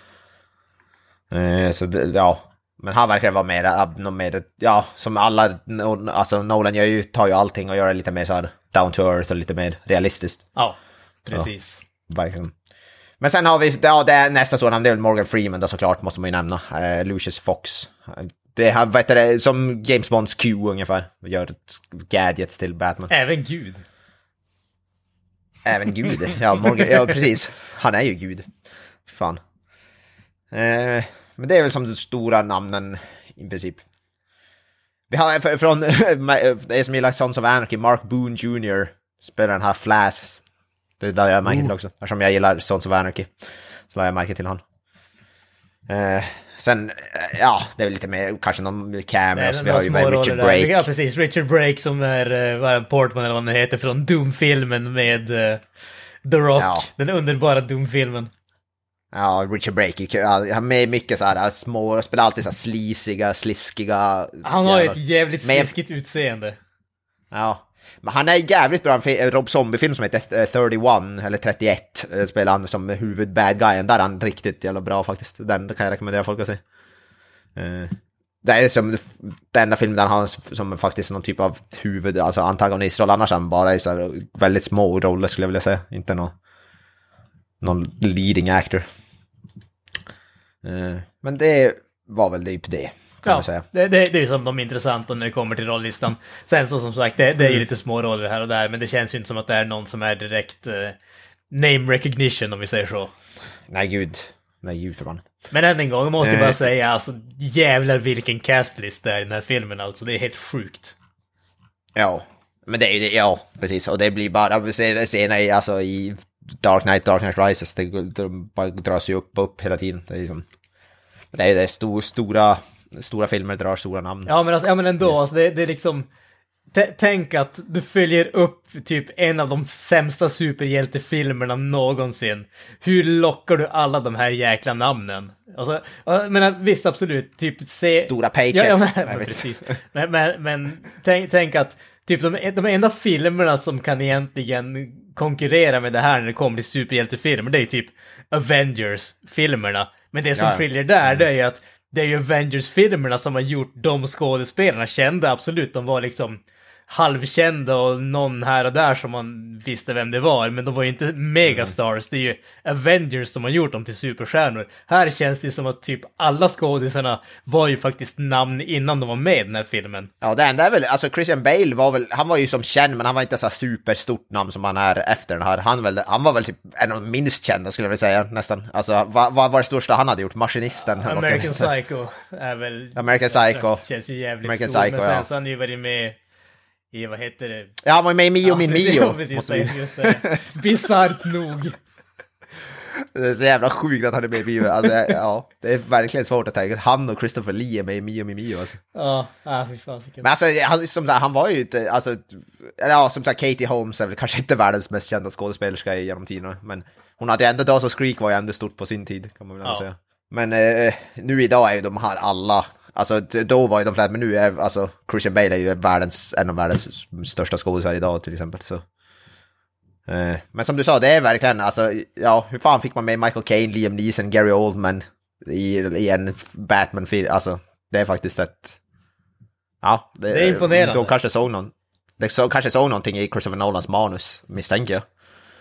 Så men han verkar vara mer, som alla, alltså Nolan tar ju allting och gör det lite mer så här down to earth och lite mer realistiskt. Ja, precis. Ja, verkligen. Men sen har vi, det är nästa sådan, det är Morgan Freeman då, såklart, måste man ju nämna. Lucius Fox. Det här, vet du, som James Bonds Q ungefär, gör gadgets till Batman. Även Gud. Även Gud, ja, precis. Han är ju Gud. Fan. Men det är väl som de stora namnen i princip. Vi har från det som gillar Sons of Anarchy, Mark Boone Jr. spelar den här Flash. Det är där jag märker till också. Eftersom jag gillar Sons of Anarchy så har jag märker till han. Sen, det är väl lite mer, kanske någon cameos. Vi har ju Richard Brake. Ja, precis. Richard Brake som är Portman eller vad han heter från Doom-filmen med The Rock. Ja. Den underbara Doom-filmen. Ja, Richard Brake, han med mycket så här små, spelar alltid så här slisiga, sliskiga. Han har ju ett jävligt sliskigt utseende. Ja, men han är jävligt bra. En Rob Zombie-film som heter 31 eller 31 spelar han som huvud bad guyen. Där är han riktigt jävla bra faktiskt. Den kan jag rekommendera folk att se. Det är som den enda filmen där han har som faktiskt någon typ av huvud, alltså antagonistroll. Annars han bara är så här väldigt små roller skulle jag vilja säga. Inte någon leading actor. Men det var väl typ det, kan man säga. Det är ju som de intressanta när det kommer till rolllistan. Sen så som sagt, det är ju lite små roller här och där, men det känns ju inte som att det är någon som är direkt name recognition, om vi säger så. Nej gud för man. Men än en gång måste jag bara säga, alltså jävlar vilken castlist det är i den här filmen, alltså det är helt sjukt. Ja, men det är ju det, ja, precis. Och det blir bara senare alltså i Dark Knight Rises, det bara dras ju upp hela tiden. Det är liksom, det är stora filmer drar stora namn. Ja, men alltså, ändå, yes. Alltså, det är liksom, tänk att du följer upp typ en av de sämsta superhjältefilmerna någonsin. Hur lockar du alla de här jäkla namnen? Alltså, men visst, absolut, typ stora paychecks. Ja, precis. Men tänk att typ de enda filmerna som kan egentligen konkurrera med det här när det kommer till superhjältefilmer, det är typ Avengers-filmerna. Men det som skiljer där, det är ju att det är ju Avengers-filmerna som har gjort de skådespelarna kända, absolut. De var liksom halvkända och någon här och där som man visste vem det var, men de var ju inte megastars. Det är ju Avengers som har gjort dem till superstjärnor. Här känns det som att typ alla skådisarna var ju faktiskt namn innan de var med i den här filmen. Ja, det enda är väl, alltså Christian Bale han var ju som känd, men han var inte så superstort namn som han är efter den här. Han var väl typ en av de minst kända, skulle jag vilja säga, nästan. Alltså, vad var det största han hade gjort? Maskinisten? American Psycho är väl... American Psycho. Det känns ju jävligt American stor, Psycho, men sen så har han ju varit med i, vad heter det? Ja, han var med i Mio min Mio. Just det. Bisarrt nog. Det är så jävla sjukt att han är med i Mio. Alltså, det är verkligen svårt att tänka att han och Christopher Lee är med i Mio min Mio. Alltså. Ja, fy fan. Men alltså, han var ju inte, alltså, som sagt, Katie Holmes är väl kanske inte världens mest kända skådespelerska genom tiderna, men hon hade ju ändå, Dawson's Creek var ju ändå stort på sin tid, kan man väl säga. Men nu idag är ju de här alla, alltså då var ju de flesta, men nu är alltså Christian Bale är ju en av världens största skådespelare idag till exempel, så. Men som du sa, det är verkligen, alltså, hur fan fick man med Michael Caine, Liam Neeson, Gary Oldman i en Batman-film, alltså, det är faktiskt det är imponerande. De kanske såg någonting i Christopher Nolans manus, misstänker jag.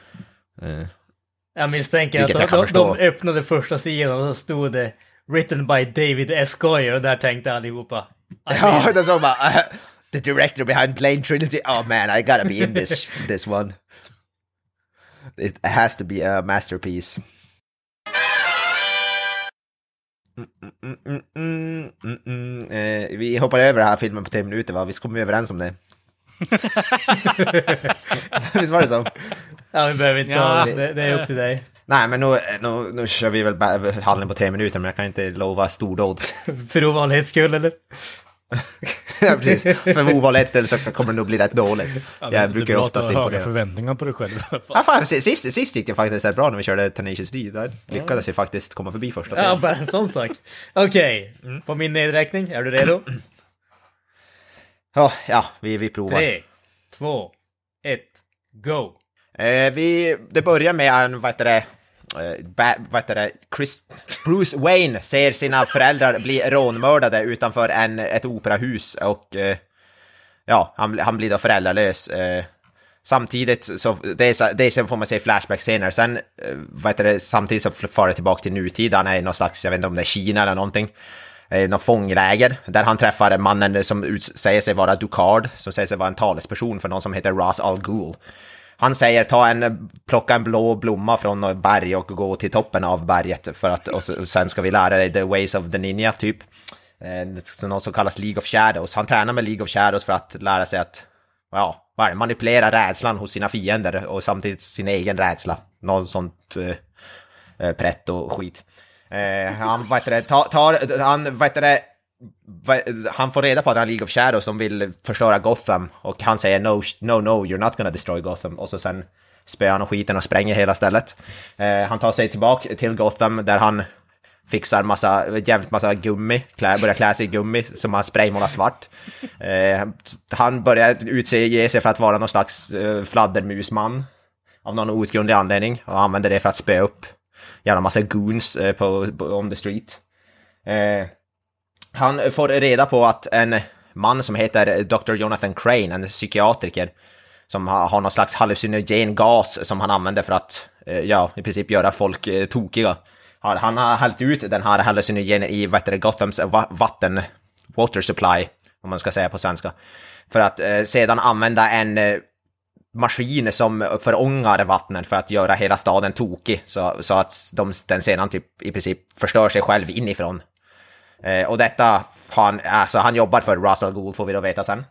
Jag misstänker att de öppnade första sidan och så stod det written by David S. Goyer, och där tänkte allihopa. Ja, det såg bara the director behind Blade Trinity. Oh man, I gotta be in this one. It has to be a masterpiece. Vi hoppar över den här filmen på 3 minuter, va? Vi kommer överens om det. Visst var det så? Ja, vi behöver inte ta det är upp till dig. Nej, men nu kör vi väl handling på 3 minuter, men jag kan inte lova stordåd. För ovanlighets skull, eller? Ja, precis. För ovanlighets skull så kommer det nog bli rätt dåligt. Jag brukar ju oftast inte höga förväntningar på dig själv. Ja, fan, sist gick det faktiskt rätt bra när vi körde Tenacious D. Där lyckades jag faktiskt komma förbi första scenen. Ja, bara en sån sak. Okej, på min nedräkning, är du redo? Ja, vi provar. 3, 2, 1, go! Det börjar med en, Bruce Wayne ser sina föräldrar bli rånmördade utanför ett operahus och han blir då föräldralös. Samtidigt så det får man se flashback-scener. Sen samtidigt så far det tillbaka till nutid. Han är i någon slags, jag vet inte om det är Kina eller någonting, någon fångläger där han träffar mannen som säger sig vara Ducard, som säger sig vara en talesperson för någon som heter Ra's al Ghul. Han säger plocka en blå blomma från något berg och gå till toppen av berget för att, och sen ska vi lära dig the ways of the ninja typ. Något som kallas League of Shadows. Han tränar med League of Shadows för att lära sig att manipulera rädslan hos sina fiender och samtidigt sin egen rädsla. Något sånt prätt och skit. Han får reda på att han är League of Shadows som vill förstöra Gotham och han säger no, you're not gonna destroy Gotham, och så sen spöar han och skiten och spränger hela stället. Han tar sig tillbaka till Gotham där han fixar jävligt massa gummi, börjar klä sig i gummi som han spraymålar svart. Han börjar ge sig för att vara någon slags fladdermusman av någon outgrundlig anledning och använder det för att spöa upp jävla massa goons on the street. Han får reda på att en man som heter Dr. Jonathan Crane, en psykiatriker som har någon slags hallucinogen gas som han använder för att i princip göra folk tokiga. Han har hällt ut den här hallucinogen i Gothams water supply, om man ska säga på svenska, för att sedan använda en maskin som förångar vattnet för att göra hela staden tokig, så att den sedan typ i princip förstör sig själv inifrån. Och detta han jobbar för Ra's al Ghul, får vi då veta sen.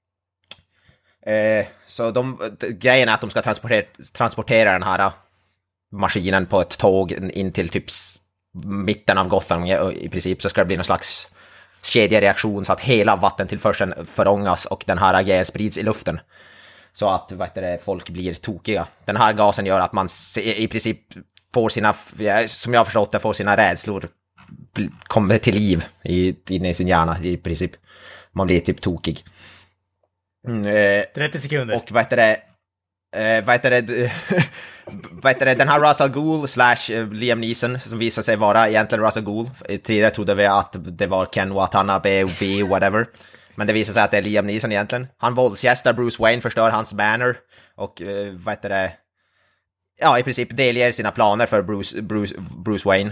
Så grejen är att de ska transportera den här maskinen på ett tåg in till typ mitten av Gotham. I princip så ska det bli någon slags kedjereaktion så att hela vattentillförseln förångas och den här grejen sprids i luften. Så att folk blir tokiga. Den här gasen gör att man i princip får sina, som jag har förstått det, får sina rädslor kommer till liv inne i sin hjärna i princip. Man blir typ tokig. 30 sekunder. Och den här Ra's al Ghul / Liam Neeson som visar sig vara egentligen Ra's al Ghul. Tidigare trodde vi att det var Ken Watanabe, whatever. Men det visar sig att det är Liam Neeson egentligen. Han våldsgästar Bruce Wayne, förstör hans banner och i princip delger sina planer för Bruce Wayne.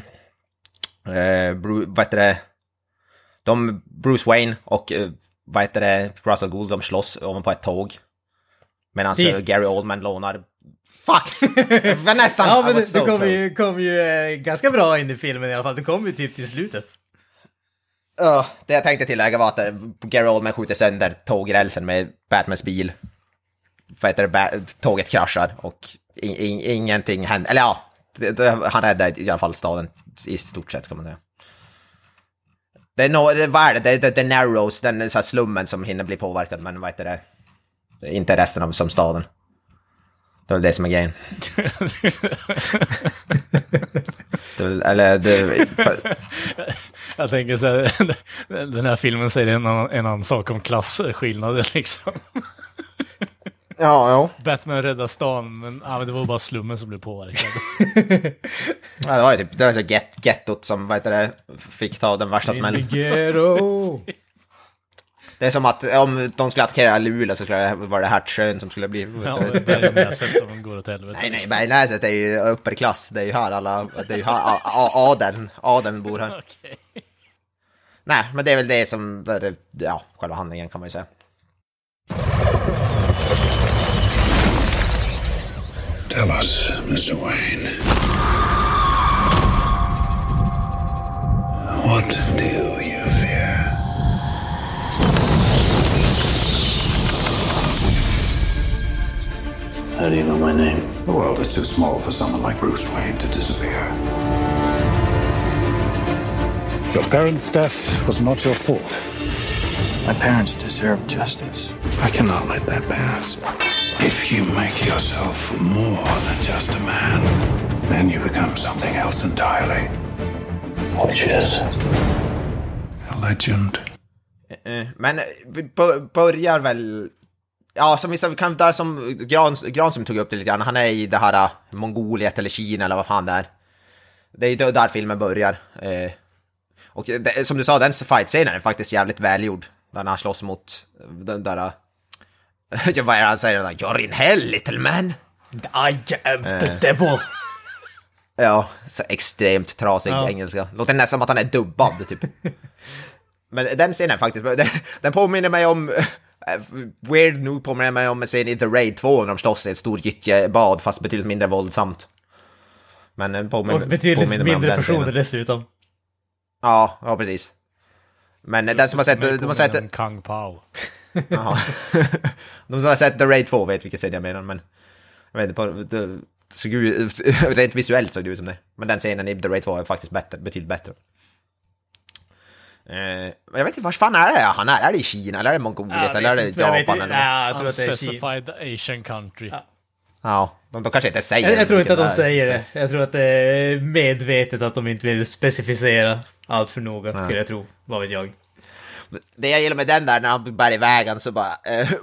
Bruce Wayne och Ra's al Ghul, de slåss ovanpå ett tåg medan Gary Oldman lånar nästan. Ja, men du kom ju ganska bra in i filmen i alla fall. Du kom ju typ till slutet. Det jag tänkte tillägga var att Gary Oldman skjuter sönder tågrälsen med Batmans bil. Tåget kraschar och ingenting händer. Eller han räddar i alla fall staden i stort sett, kan man säga. Det är The Narrows, den så här slummen som hinner bli påverkad, men inte resten av som staden. Det är väl det som är grejen. Jag tänker så här, den här filmen säger en annan sak om klasskillnaden liksom. Ja. Batman räddar stan, men det var bara slummen som blev påverkad. Det var så gettot som fick ta den värsta smällen. Det är som att om de skulle attackera Luleå så skulle det vara det Hertsjön som skulle bli... Ja, men Bergnäset som går åt helvete. Nej, Bergnäset är ju upperklass. Det är ju här adeln bor här. Okay. Nej, men det är väl det som... själva handlingen kan man ju säga. Tell us, Mr. Wayne. is too small for someone like Bruce Wayne to disappear. Your parents' death was not your fault. My parents deserve justice. I cannot let that pass. If you make yourself more than just a man, then you become something else entirely. Which is a legend. Men vi börjar väl... Ja, som vi kan där som Gran som tog upp det lite grann. Han är i det här Mongoliet eller Kina eller vad fan det är. Det är där filmen börjar. Och som du sa, den fight-scenen är faktiskt jävligt välgjord. Där han slåss mot den där... vad är det han säger? You're in hell, little man. I am the devil. Ja, så extremt trasig engelska. Låter nästan som att han är dubbad, typ. Men den scenen faktiskt... Den påminner mig om... Weird nu påminner mig om en scen i The Raid 2 när de slåss i ett stort gyttjebad fast betydligt mindre våldsamt. Men den påminner, och betydligt mindre personer scenen. Dessutom. Ja, precis. Men den som har sett... De har sett Kung Pao. Jaha. De som har sett The Raid 2 vet vilken scen jag menar, men jag vet inte, det såg ut, rent visuellt såg det ut som det. Men den scenen i The Raid 2 är faktiskt bättre, betydligt bättre. Jag vet inte, vars fan är det? Han är det i Kina, eller är det Mongoliet, eller är det Japan? Jag tror att det är Unspecified Asian country. Ja, de kanske inte säger. Jag tror inte att de säger det. Jag tror att det är medvetet att de inte vill specificera allt för noga, skulle jag tro. Vad vet jag. Det jag gillar med den där när han bär i vägen så bara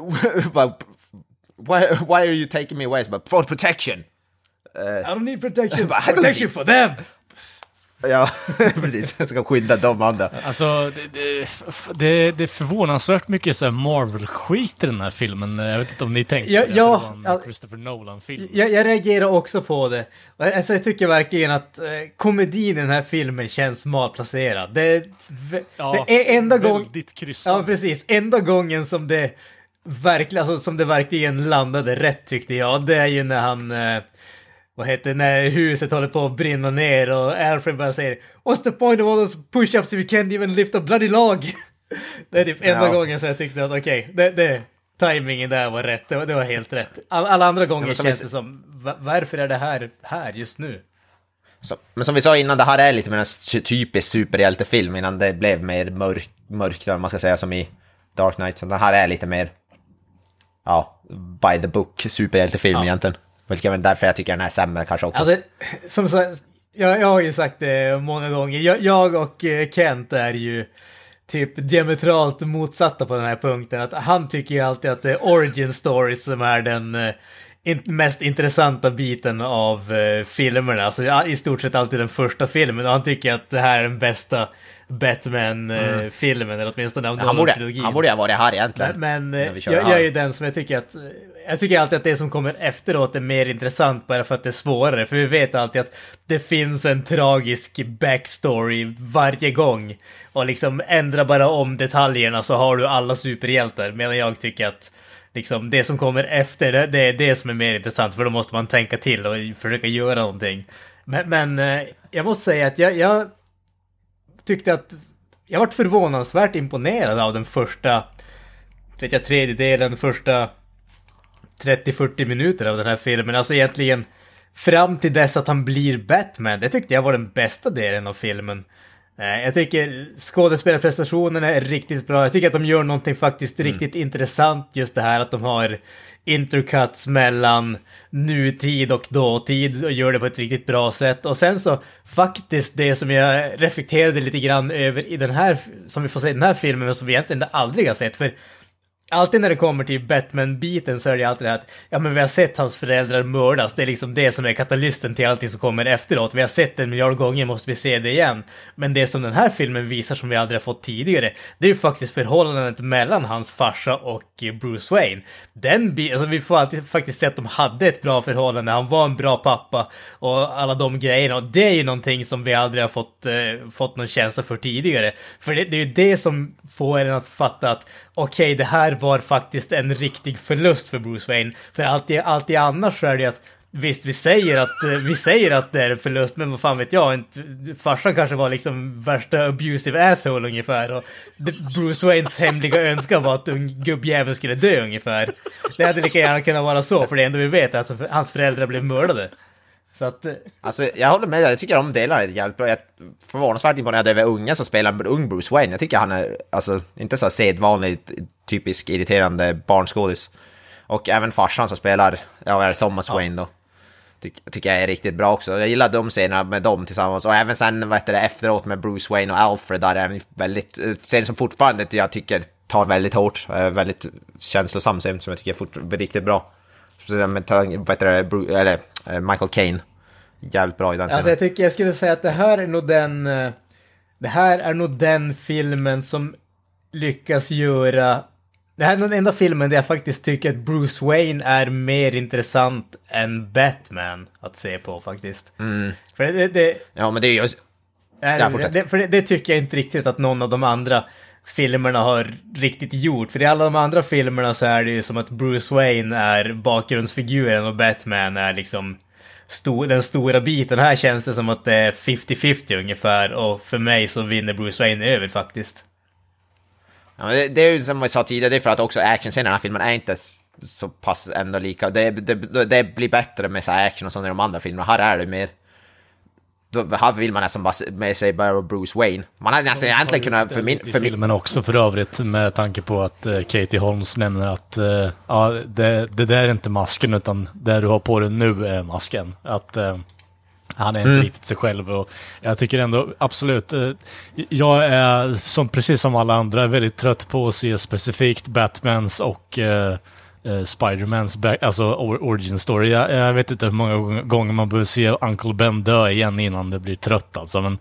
why are you taking me away? Så bara, for protection. I don't need protection. Protection for them. Ja, precis. Jag ska skydda de andra. Alltså, det är förvånansvärt mycket så här Marvel-skit i den här filmen. Jag vet inte om ni tänkte det. Det var en Christopher Nolan-film. Jag reagerar också på det. Alltså, jag tycker verkligen att komedin i den här filmen känns malplacerad. Det är enda gången... Väldigt krystad. Ja, precis. Enda gången som det verkligen landade rätt, tyckte jag. Det är ju när han... när huset håller på att brinna ner och Alfred bara säger "What's the point of all those push-ups if you can't even lift a bloody log?" Det är typ enda gången som jag tyckte att timingen där var rätt. Det var helt rätt. Alla andra gånger känns det som varför är det här just nu? Men som vi sa innan, det här är lite mer en typisk superhjältefilm innan det blev mer mörkt, man ska säga, som i Dark Knight. Så den här är lite mer by the book superhjältefilm egentligen. Vilket därför jag tycker den är sämre kanske också. Alltså, som sagt, jag har ju sagt det många gånger. Jag och Kent är ju typ diametralt motsatta på den här punkten. Att han tycker ju alltid att det är origin stories som är den mest intressanta biten av filmerna. Alltså i stort sett alltid den första filmen. Och han tycker att det här är den bästa Batman-filmen, eller åtminstone av Nolan-trilogin. Han borde ha varit här egentligen. Men jag är ju den som jag tycker alltid att det som kommer efteråt är mer intressant bara för att det är svårare. För vi vet alltid att det finns en tragisk backstory varje gång. Och liksom ändra bara om detaljerna så har du alla superhjältar. Medan jag tycker att liksom, det som kommer efter, det är det som är mer intressant. För då måste man tänka till och försöka göra någonting. Men jag måste säga att jag tyckte att jag varit förvånansvärt imponerad av den första tredjedelen, första 30-40 minuter av den här filmen. Alltså egentligen fram till dess att han blir Batman. Det tyckte jag var den bästa delen av filmen. Jag tycker skådespelarprestationen är riktigt bra. Jag tycker att de gör någonting faktiskt riktigt intressant. Just det här att de har intercuts mellan nutid och dåtid och gör det på ett riktigt bra sätt. Och sen så faktiskt det som jag reflekterade lite grann över i den här, som vi får se i den här filmen, men som vi egentligen aldrig har sett. För alltid när det kommer till Batman-biten så är det alltid det här att vi har sett hans föräldrar mördas. Det är liksom det som är katalysten till allting som kommer efteråt. Vi har sett det en miljard gånger, måste vi se det igen. Men det som den här filmen visar som vi aldrig har fått tidigare, det är ju faktiskt förhållandet mellan hans farsa och Bruce Wayne. Alltså vi får alltid faktiskt se att de hade ett bra förhållande. Han var en bra pappa och alla de grejerna. Och det är ju någonting som vi aldrig har fått någon känsla för tidigare. För det är ju det som får en att fatta att okej, det här var faktiskt en riktig förlust för Bruce Wayne. För alltid annars så är det att visst, vi säger att det är en förlust, men vad fan vet jag, inte, farsan kanske var liksom värsta abusive asshole ungefär, och Bruce Waynes hemliga önskan var att gubbjäveln skulle dö ungefär. Det hade lika gärna kunnat vara så, för det enda vi vet är att hans föräldrar blev mördade. Så att... Alltså, jag håller med dig, jag tycker de delar är jävligt bra. Jag är förvånansvärt imponerad över unga som spelar en ung Bruce Wayne. Jag tycker han är alltså, inte så sedvanligt typisk irriterande barnskådis. Och även farsan som spelar Thomas Wayne då. Tycker jag är riktigt bra också. Jag gillar de scenerna med dem tillsammans. Och även sen efteråt med Bruce Wayne och Alfred, där är en väldigt scen som fortfarande jag tycker tar väldigt hårt. Väldigt känslosam scen som jag tycker är riktigt bra. Med Michael Caine. Jävligt bra i den scenen. Alltså jag skulle säga att det här är nog den filmen som lyckas göra... Det här är den enda filmen där jag faktiskt tycker att Bruce Wayne är mer intressant än Batman att se på faktiskt. För ja, men det är ju... För det tycker jag inte riktigt att någon av de andra filmerna har riktigt gjort. För i alla de andra filmerna så är det ju som att Bruce Wayne är bakgrundsfiguren och Batman är liksom den stora biten. Här känns det som att det är 50-50 ungefär, och för mig så vinner Bruce Wayne över faktiskt. Ja, det är ju som jag sa tidigare, det är för att också actionscenerna i den här filmen är inte så pass ändå lika. Det blir bättre med så action och sånt i de andra filmerna. Här är det mer... Här vill man nästan bara med sig bara Bruce Wayne. Man hade nästan egentligen kunnat... För filmen också för övrigt, med tanke på att Katie Holmes nämner att det där är inte masken, utan det du har på dig nu är masken. Att... han är inte riktigt sig själv, och jag tycker ändå absolut, jag är precis som alla andra väldigt trött på att se specifikt Batmans och Spider-Mans origin story. Jag vet inte hur många gånger man behöver se Uncle Ben dö igen innan det blir trött alltså, men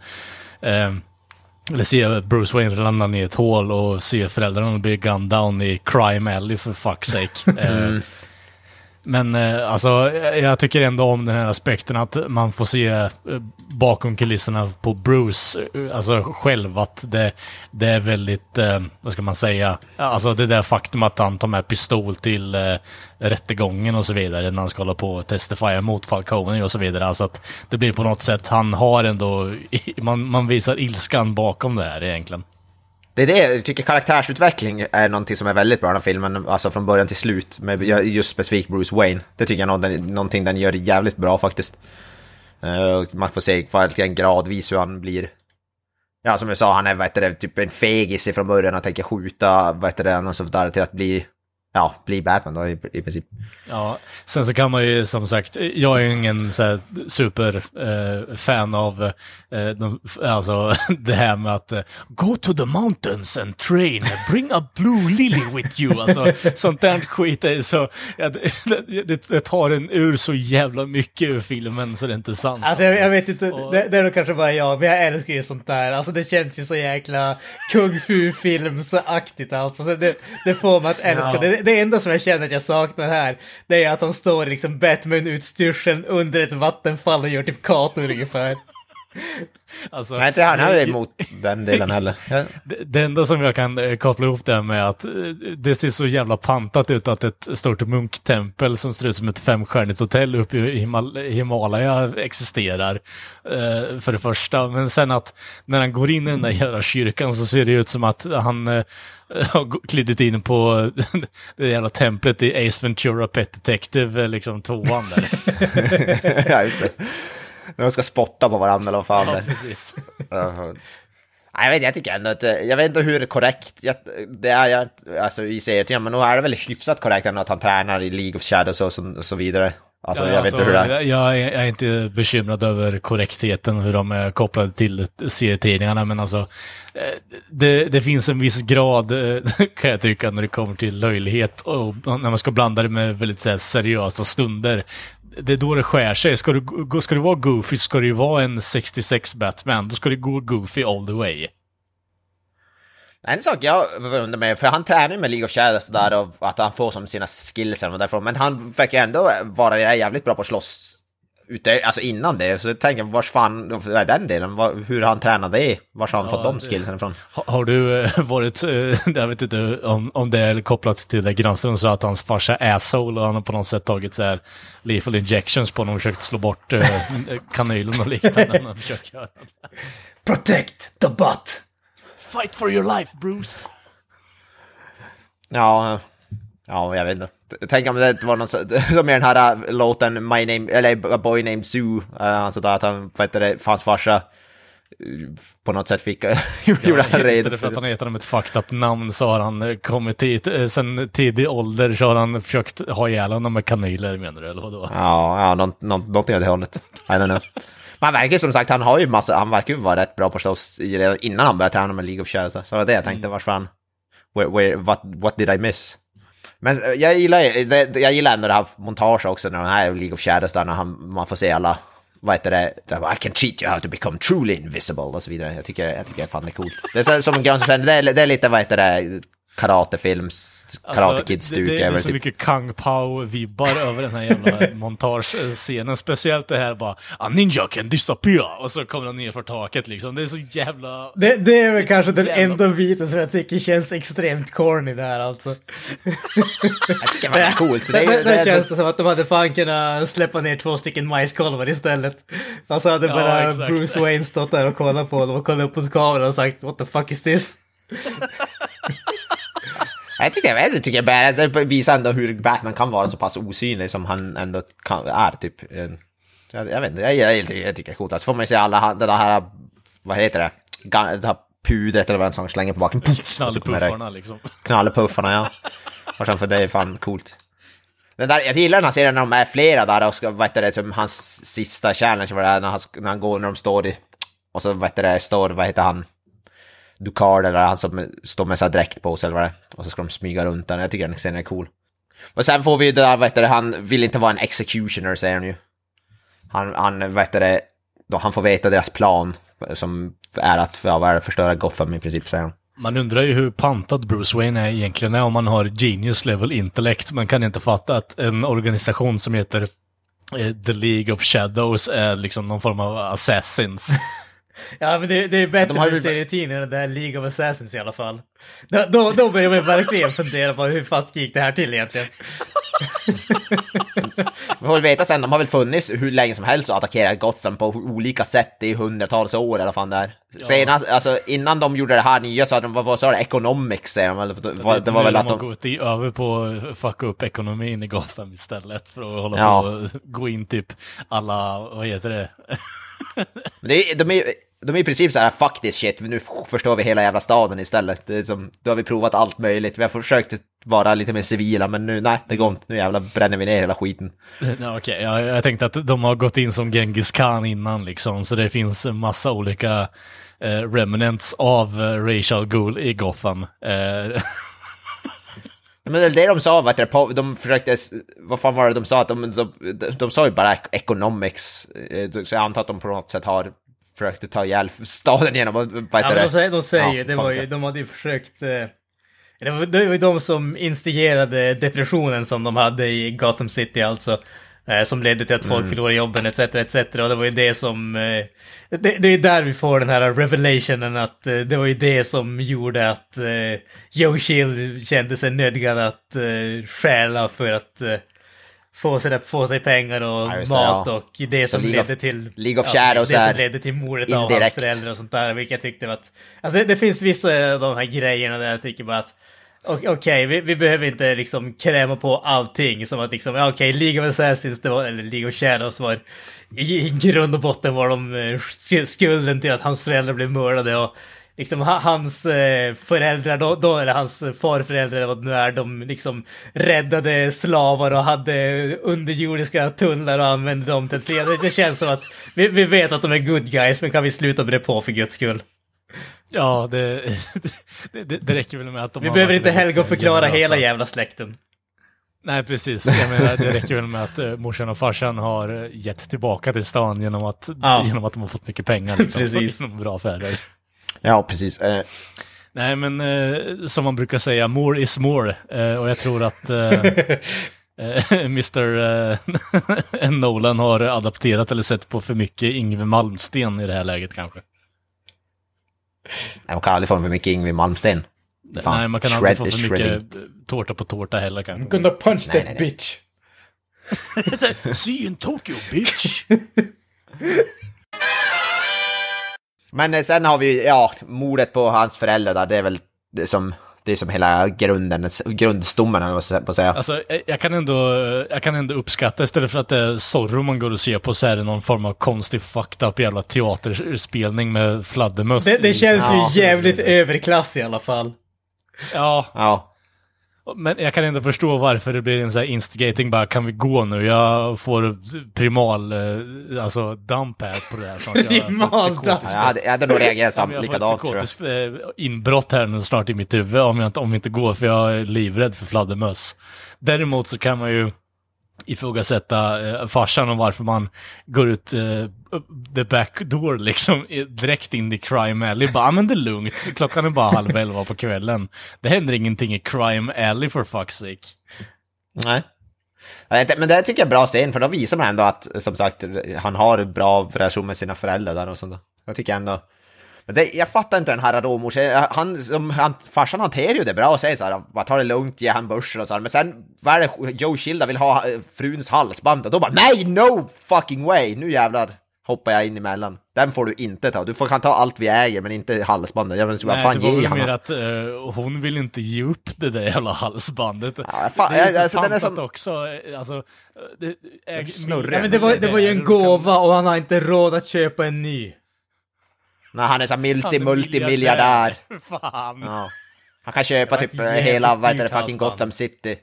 eller se Bruce Wayne lämna ner ett hål och se föräldrarna bli gunned down i Crime Alley för fuck's sake. Men alltså, jag tycker ändå om den här aspekten att man får se bakom kulisserna på Bruce, alltså själv, att det är väldigt, vad ska man säga, alltså det där faktum att han tar med pistol till rättegången och så vidare när han ska hålla på och testifiera mot Falcone och så vidare, alltså att det blir på något sätt, han har ändå, man visar ilskan bakom det här egentligen. Det är det, jag tycker karaktärsutveckling är någonting som är väldigt bra i den filmen, alltså från början till slut, med just specifikt Bruce Wayne. Det tycker jag någonting den gör jävligt bra faktiskt. Man får se verkligen gradvis hur han blir. Ja, som jag sa, han är typ en fegis från början och tänker skjuta och så där, till att bli Batman då, i princip. Ja, sen så kan man ju, som sagt, jag är ju ingen så här super fan av alltså det här med att go to the mountains and train, bring a blue lily with you, alltså sånt där skit är så, det tar en ur så jävla mycket ur filmen så det är inte sant. Alltså jag vet inte, det är nog kanske bara jag, men jag älskar ju sånt där, alltså det känns ju så jäkla kung fu filmsaktigt, alltså så det får man att älska. Ja. Det enda som jag känner att jag saknar här, det är att han står liksom Batman-utstyrseln under ett vattenfall och gör typ kator ungefär. Alltså, nej, inte han är emot den delen heller. Det enda som jag kan koppla ihop det med att det ser så jävla pantat ut att ett stort munktempel som ser ut som ett 5-stjärnigt hotell uppe i Himalaya existerar, för det första. Men sen att när han går in i den där jävla kyrkan så ser det ut som att han har klidit in på det jävla templet i Ace Ventura Pet Detective, liksom 2:an där. Ja, just det. När de ska spotta på varandra eller vad fan det är. Ja, precis. Jag tycker ändå att, jag vet inte hur korrekt det är alltså, i serien, men nu är det väl hyfsat korrekt ändå att han tränar i League of Shadows och så vidare. Alltså, jag vet inte hur det är. Jag är inte bekymrad över korrektheten, hur de är kopplade till serietidningarna, men alltså det finns en viss grad, kan jag tycka, när det kommer till löjlighet och när man ska blanda det med väldigt så här, seriösa stunder. Det är då det skär sig. Ska du vara goofy, ska det ju vara en 66 Batman. Då ska det gå goofy all the way. En sak jag undrar med, för han tränar med League of Shadows där, och att han får som sina skills och därifrån, men han verkar ändå vara jävligt bra på att slåss alltså innan det, så tänker jag, vars fan den delen, hur han tränade det, vars har han fått de skillsen ifrån? Har du varit, jag vet inte om det är kopplat till det Granström så att hans farsa asshole och han har på något sätt tagit så här lethal injections på honom och försökt slå bort kanylen och liknande. Han försöker göra. Protect the butt! Fight for your life, Bruce! Ja, jag vet inte. Tänk om det var någon som är den här låten My Name, eller A Boy Named Sue, alltså där att han, vad heter det, hans farsa på något sätt fick gjorde han istället för att han heter dem ett fucked up namn så har han kommit hit sen tidig ålder så har han försökt ha ihjäl honom med kanyler, menar du, eller vadå? Ja, någonting åt det hållet. I don't know. Man verkar som sagt, han verkar ju vara rätt bra på slåss innan han började träna med League of Shadows. Så det var det jag tänkte, varför han what did I miss? Men jag gillar ändå det här montage också när den här League of Shadows där när man får se alla, vad heter det, I can teach you how to become truly invisible och så vidare. Jag tycker fan det är coolt. Det är som det är lite, vad heter det, karatefilms, Karate Kids-stuk. Det är så mycket Kung Pao-vibbar över den här jävla montagescenen. Speciellt det här bara, a ninja can disappear. Och så kommer han ner för taket liksom. Det är så jävla... Det är väl kanske den enda biten som jag tycker känns extremt corny där alltså. Jag tycker det är coolt. Det känns det som att de hade fan kunnat släppa ner 2 stycken majskolvar istället. Och så hade bara Bruce Wayne stått där och kollat på dem och kollat upp på kameran och sagt, what the fuck is this? Jag tycker det visar ändå hur Batman kan vara så pass osynlig som han ändå är typ. Jag vet inte, jag tycker det är coolt. Så får man se alla det här, vad heter det? Det här pudret eller vad en slänger på baken. Knallepuffarna liksom. Knallepuffarna, ja. Och sen för det är fan coolt. Jag gillar den här serien när de är flera där och ska, vad heter det, som hans sista challenge var det när han går, när de står i, och så vad heter han? Ducard eller han som står med så här dräkt på sig eller vad det är. Och så ska de smyga runt den. Jag tycker den scenen är cool. Och sen får vi ju det där, vet du, han vill inte vara en executioner, säger han ju. Han vet det, då han får veta deras plan som är att förstöra Gotham i princip, säger han. Man undrar ju hur pantad Bruce Wayne är egentligen om man har genius level intellekt. Man kan inte fatta att en organisation som heter The League of Shadows är liksom någon form av assassins. Ja, men det är bättre med serietidningen än det där League of Assassins i alla fall. Då börjar man verkligen fundera på hur fast gick det här till egentligen. Vi får väl veta sen, de har väl funnits hur länge som helst och attackerat Gotham på olika sätt i hundratals år i alla fall där. Ja. Senast, alltså innan de gjorde det här nya så hade de, vad sa det, economics, säger de, eller det var väl att de gått över på att fucka upp ekonomin i Gotham istället för att hålla på och gå in typ alla, vad heter det? De är i princip så här, fuck this shit, nu förstår vi hela jävla staden istället. Det är som, då har vi provat allt möjligt. Vi har försökt vara lite mer civila, men nu, nej, det går inte. Nu jävla bränner vi ner hela skiten. Ja, okej. Jag tänkte att de har gått in som Genghis Khan innan liksom, så det finns en massa olika remnants av Ra's al Ghul i Gotham. Men det de sa, vet du, de försökte, vad fan var det de sa? Att de sa ju bara economics, så jag antar att de på något sätt har försökt ta ihjäl staden genom att, de säger, det var ju, de hade ju försökt, det var ju de som instigerade depressionen som de hade i Gotham City alltså, som ledde till att folk förlorade jobben etc. Och det var ju det som, det är där vi får den här revelationen att det var ju det som gjorde att Joe Chill kände sig nödgad att stjäla för att få sig pengar och mat och det som ledde till League of Shadows, det som ledde till mordet indirekt av hans föräldrar och sånt där, vilket jag tyckte var att, alltså det finns vissa av de här grejerna där jag tycker bara att okej, vi behöver inte liksom kräma på allting som att liksom, okej, League of Assassins eller League of Shadows var i grund och botten var de skulden till att hans föräldrar blev mördade och liksom hans föräldrar då eller hans farföräldrar vad nu är, de liksom räddade slavar och hade underjordiska tunnlar och använde dem till fler. Det känns som att vi vet att de är good guys, men kan vi sluta bre på för Guds skull? Ja, det räcker väl med att de vi behöver inte Helga förklara hela jävla släkten. Nej, precis. Jag menar, det räcker väl med att morsan och farsan har gett tillbaka till stan genom att de har fått mycket pengar. Liksom, precis. Bra affärer. Ja, precis. Nej, men som man brukar säga, more is more. Och jag tror att Mr. Nolan har adapterat eller sett på för mycket Yngwie Malmsteen i det här läget kanske. Man kan aldrig få för mycket Yngwie Malmsteen. Fan. Nej, man kan aldrig få för mycket tårta på tårta heller kanske. I'm gonna punch that bitch. See you in Tokyo, bitch! Men sen har vi, mordet på hans föräldrar där, det är väl det är som hela grundstommen, på att säga. Alltså, jag kan ändå uppskatta, istället för att det är Zorro man går och ser på, så är det någon form av konstig fucked up jävla teaterspelning med fladdermöss. Det känns ju jävligt överklass i alla fall. Ja. Men jag kan ändå förstå varför det blir en så här instigating, bara kan vi gå nu? Jag får primal alltså dump här på det här snart. Jag hade nog reagerat likadant, tror jag. Jag får ett inbrott här nu snart i mitt huvud om vi inte går, för jag är livrädd för fladdermöss. Däremot så kan man ju ifrågasätta farsan och varför man går ut the back door liksom direkt in i Crime Alley. Bara, men det är lugnt. Klockan är bara 22:30 på kvällen. Det händer ingenting i Crime Alley, for fuck's sake. Nej. Men det tycker jag är bra scen, för då visar man ändå att, som sagt, han har bra relation med sina föräldrar där och sånt. Jag tycker ändå... Men jag fattar inte den här råmors. Farsan hanterar ju det bra och säger så här, bara ta det lugnt, ge han börsen och så här. Men sen, vad är det Joe Chill vill ha fruns halsband? Och då bara, nej, no fucking way! Nu jävlar hoppar jag in emellan. Den får du inte ta. Du kan ta allt vi äger, men inte halsbandet. Jag vet, nej, fan, det var väl mer att hon vill inte ge upp det där jävla halsbandet. Det är så den är som... också. Alltså, men det var ju en gåva och han har inte råd att köpa en ny. Nej, han är så multimiljardär. Fan. Ja. Han kan köpa typ hela fucking Gotham City.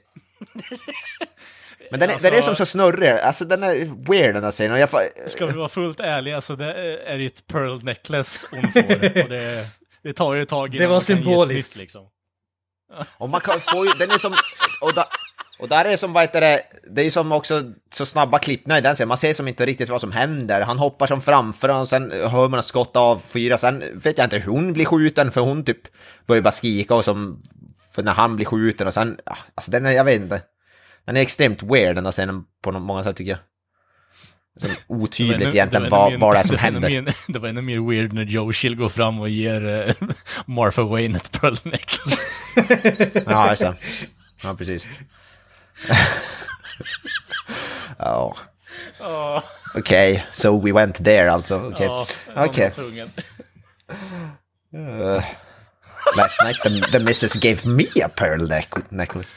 Men den är som så snurrig. Alltså den är weird, den här scenen. Ska vi vara fullt ärliga, alltså det är ju ett pearl necklace hon får. Och det tar ju ett tag innan det var symboliskt nytt, liksom. Och man kan få ju, den är som... Och där är som, vad heter det, det är ju som också så snabba klippna i den scenen. Man ser som inte riktigt vad som händer. Han hoppar som framför och sen hör man skott av 4. Sen vet jag inte hur hon blir skjuten, för hon typ börjar bara skrika och som för när han blir skjuten och sen, alltså den är, jag vet inte. Den är extremt weird, den här scenen, på många sätt tycker jag. Som otydligt egentligen vad det är som händer. Det var ännu mer weird när Joe Chill går fram och ger Martha Wayne ett pearl necklace. Ja, just det. Ja, precis. Oh. Okay, so we went there alltså. Okay. Last night the missus gave me a pearl necklace.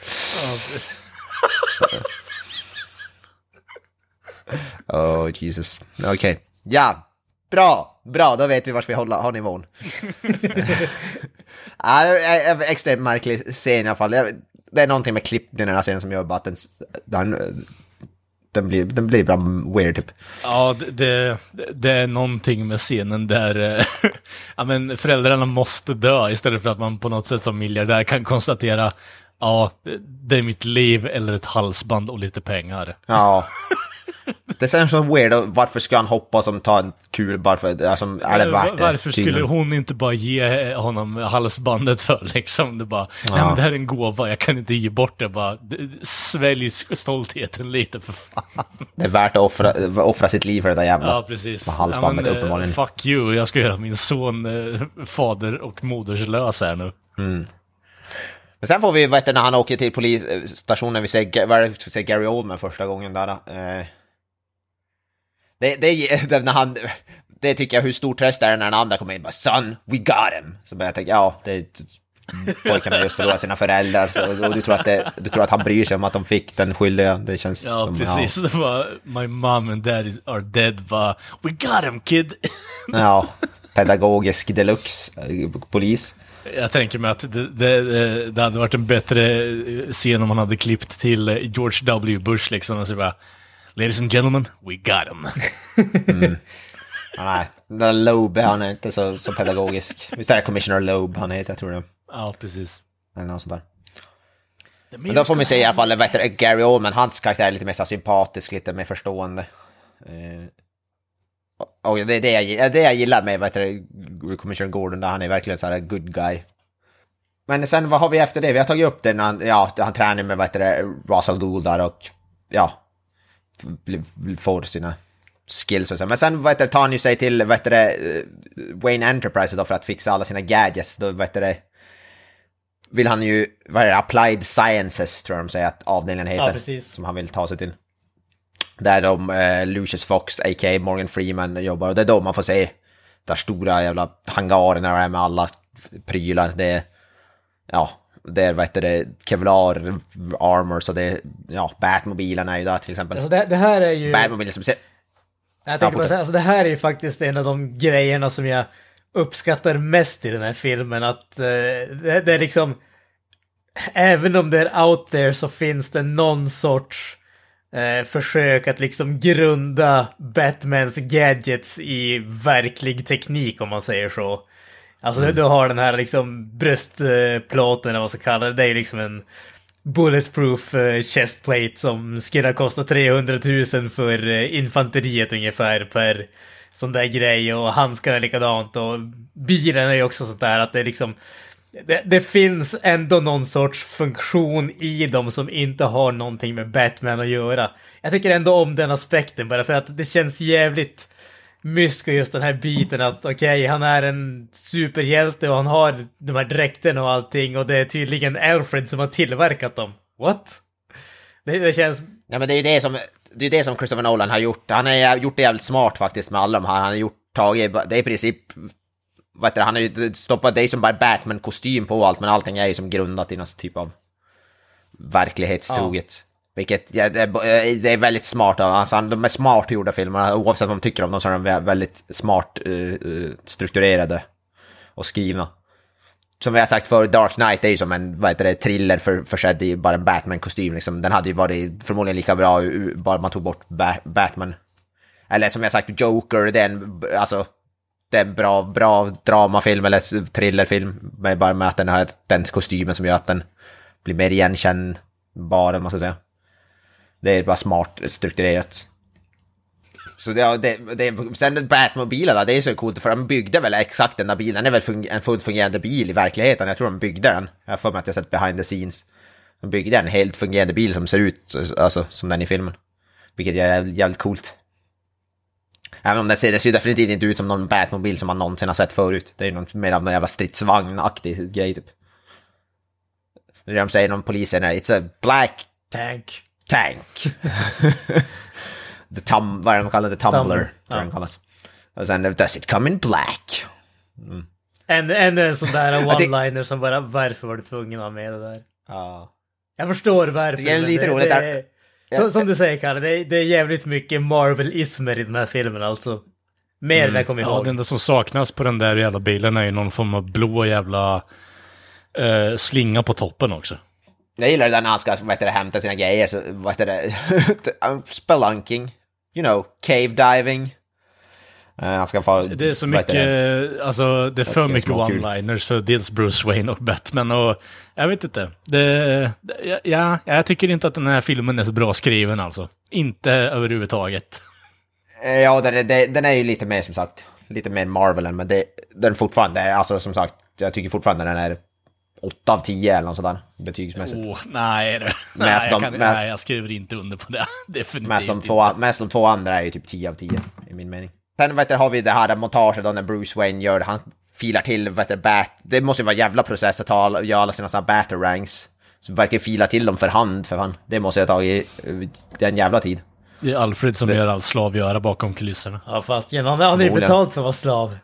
Oh Jesus. Okay. Ja, bra, då vet vi vart vi har nivån. Extremt märklig scen i alla fall. Det är någonting med klippningen i den här scenen som gör bara att den blir bara weird typ. Ja, det är någonting med scenen där ja, men föräldrarna måste dö, istället för att man på något sätt som miljardär kan konstatera, ja, det är mitt liv eller ett halsband och lite pengar. Ja. Det känns så weird. Varför ska han hoppa som ta en kul bara för, alltså, är det värt det? Varför skulle hon inte bara ge honom halsbandet för liksom? Det bara, nej men det här är en gåva, jag kan inte ge bort det, bara svälj stoltheten lite, för fan. Det är värt att offra sitt liv för det där jävla halsbandet, uppenbarligen. Fuck you, jag ska göra min son fader och moderslös här nu. Men sen får vi, när han åker till polisstationen, vi ser Gary Oldman första gången där. Det tycker jag hur stor tröst är när den andra kommer in, bara, son, we got him. Så börjar jag tänka, ja, det är pojkarna just förlorat sina föräldrar, och du tror att han bryr sig om att de fick den skyldiga. Det känns precis. Det var, my mom and dad are dead, va? We got him, kid. Ja, pedagogisk deluxe polis. Jag tänker mig att det hade varit en bättre scen om man hade klippt till George W. Bush liksom, och så bara, ladies and gentlemen, we got him. Nej, Loeb, han är inte så pedagogisk. Visst är det Commissioner Loeb han heter, jag tror det. Ja, precis. Eller något sånt där. Men då får vi se i alla fall, Gary Oldman, hans karaktär är lite mer sympatisk, lite mer förstående. Och det är det jag gillar med Commissioner Gordon, där han är verkligen så här good guy. Men sen vad har vi efter det? Vi har tagit upp det när han tränar med Russell Gould där och får sina skills och så. Men sen tar han ju sig till Wayne Enterprise då för att fixa alla sina gadgets. Då vill han ju Applied Sciences tror jag de säger att avdelningen heter, som han vill ta sig till. Där Lucius Fox, a.k.a. Morgan Freeman, jobbar. Och det är då man får se där stora jävla hangarerna med alla prylar. Det är Kevlar armor, så det Batmobilen är ju där till exempel. Alltså det här är ju Batmobilen som jag tänkte bara säga, alltså det här är ju faktiskt en av de grejerna som jag uppskattar mest i den här filmen, att det är liksom, även om det är out there så finns det någon sorts försök att liksom grunda Batmans gadgets i verklig teknik, om man säger så. Alltså du har den här liksom bröstplåten eller vad så kallar det. Det är liksom en bulletproof chestplate som skulle kosta 300 000 för infanteriet ungefär per sån där grej, och handskarna är likadant, och bilen är ju också sånt där att det är liksom det finns ändå någon sorts funktion i dem som inte har någonting med Batman att göra. Jag tycker ändå om den aspekten, bara för att det känns jävligt mysko just den här biten att okej, han är en superhjälte och han har de här dräkterna och allting, och det är tydligen Alfred som har tillverkat dem. What? Det känns... Ja, men det är ju det som Christopher Nolan har gjort. Han har gjort det jävligt smart faktiskt med alla de här. Han har tagit, det är i princip, han har ju stoppat, det är som bara Batman-kostym på allt, men allting är ju som grundat i någon typ av verklighetstroget. Ja. Vilket det är väldigt smart. Alltså, de är smart gjorda filmerna, oavsett vad man tycker om dem, så är de väldigt smart strukturerade och skrivna. Som vi har sagt för Dark Knight är ju som en thriller försedd i bara en Batman-kostym liksom. Den hade ju varit förmodligen lika bra bara man tog bort Batman. Eller som jag sagt, Joker, det är en bra dramafilm eller thrillerfilm, bara med att den har den kostymen som gör att den blir mer igenkännbar, man ska säga. Det är bara smart strukturerat. Så sen Batmobilen, det är så coolt, för de byggde väl exakt den där bilen. Den är väl en fullt fungerande bil i verkligheten. Jag tror de byggde den. Jag får mig att jag sett behind the scenes. De byggde en helt fungerande bil som ser ut alltså, som den i filmen. Vilket är jävligt coolt. Även om det ser definitivt inte ut som någon Batmobil som man någonsin har sett förut. Det är något mer av någon jävla stridsvagnaktig grej typ. Det är de säger någon polisen är it's a black tank. Vad är det de kallar det? Tumbler. Ja. Och sen, does it come in black? En sån där one-liner som bara, varför var du tvungen att ha med det där? Ja. Jag förstår varför. Det är lite roligt där. Som du säger, Kalle, det är jävligt mycket Marvel-ismer i den här filmen, alltså. Mer än jag kommer ihåg. Ja, det enda som saknas på den där jävla bilen är ju någon form av blå jävla slinga på toppen också. Jag gillar det när han ska hämta sina grejer, så spelunking, cave diving. Han ska få, det är så mycket, alltså det är för mycket one-liners för dels Bruce Wayne och Batman, och jag vet inte. Jag tycker inte att den här filmen är så bra skriven, alltså. Inte överhuvudtaget. Ja, den är ju lite mer, som sagt, lite mer Marvel, men den fortfarande, alltså som sagt, jag tycker fortfarande den är 8 av 10 eller något sådär betygsmässigt. Nej, jag skriver inte under på det. Definitivt. Mest de två andra är ju typ 10 av 10 i min mening. Sen har vi det här montaget då när Bruce Wayne gör, han filar till det måste ju vara jävla process att göra alla sina såna batarangs. Så verkar fila till dem för hand, för fan. Det måste jag ta i en jävla tid. Det är Alfred som gör all slavgöra bakom kulisserna. Ja, fast han är betalt för att vara slav.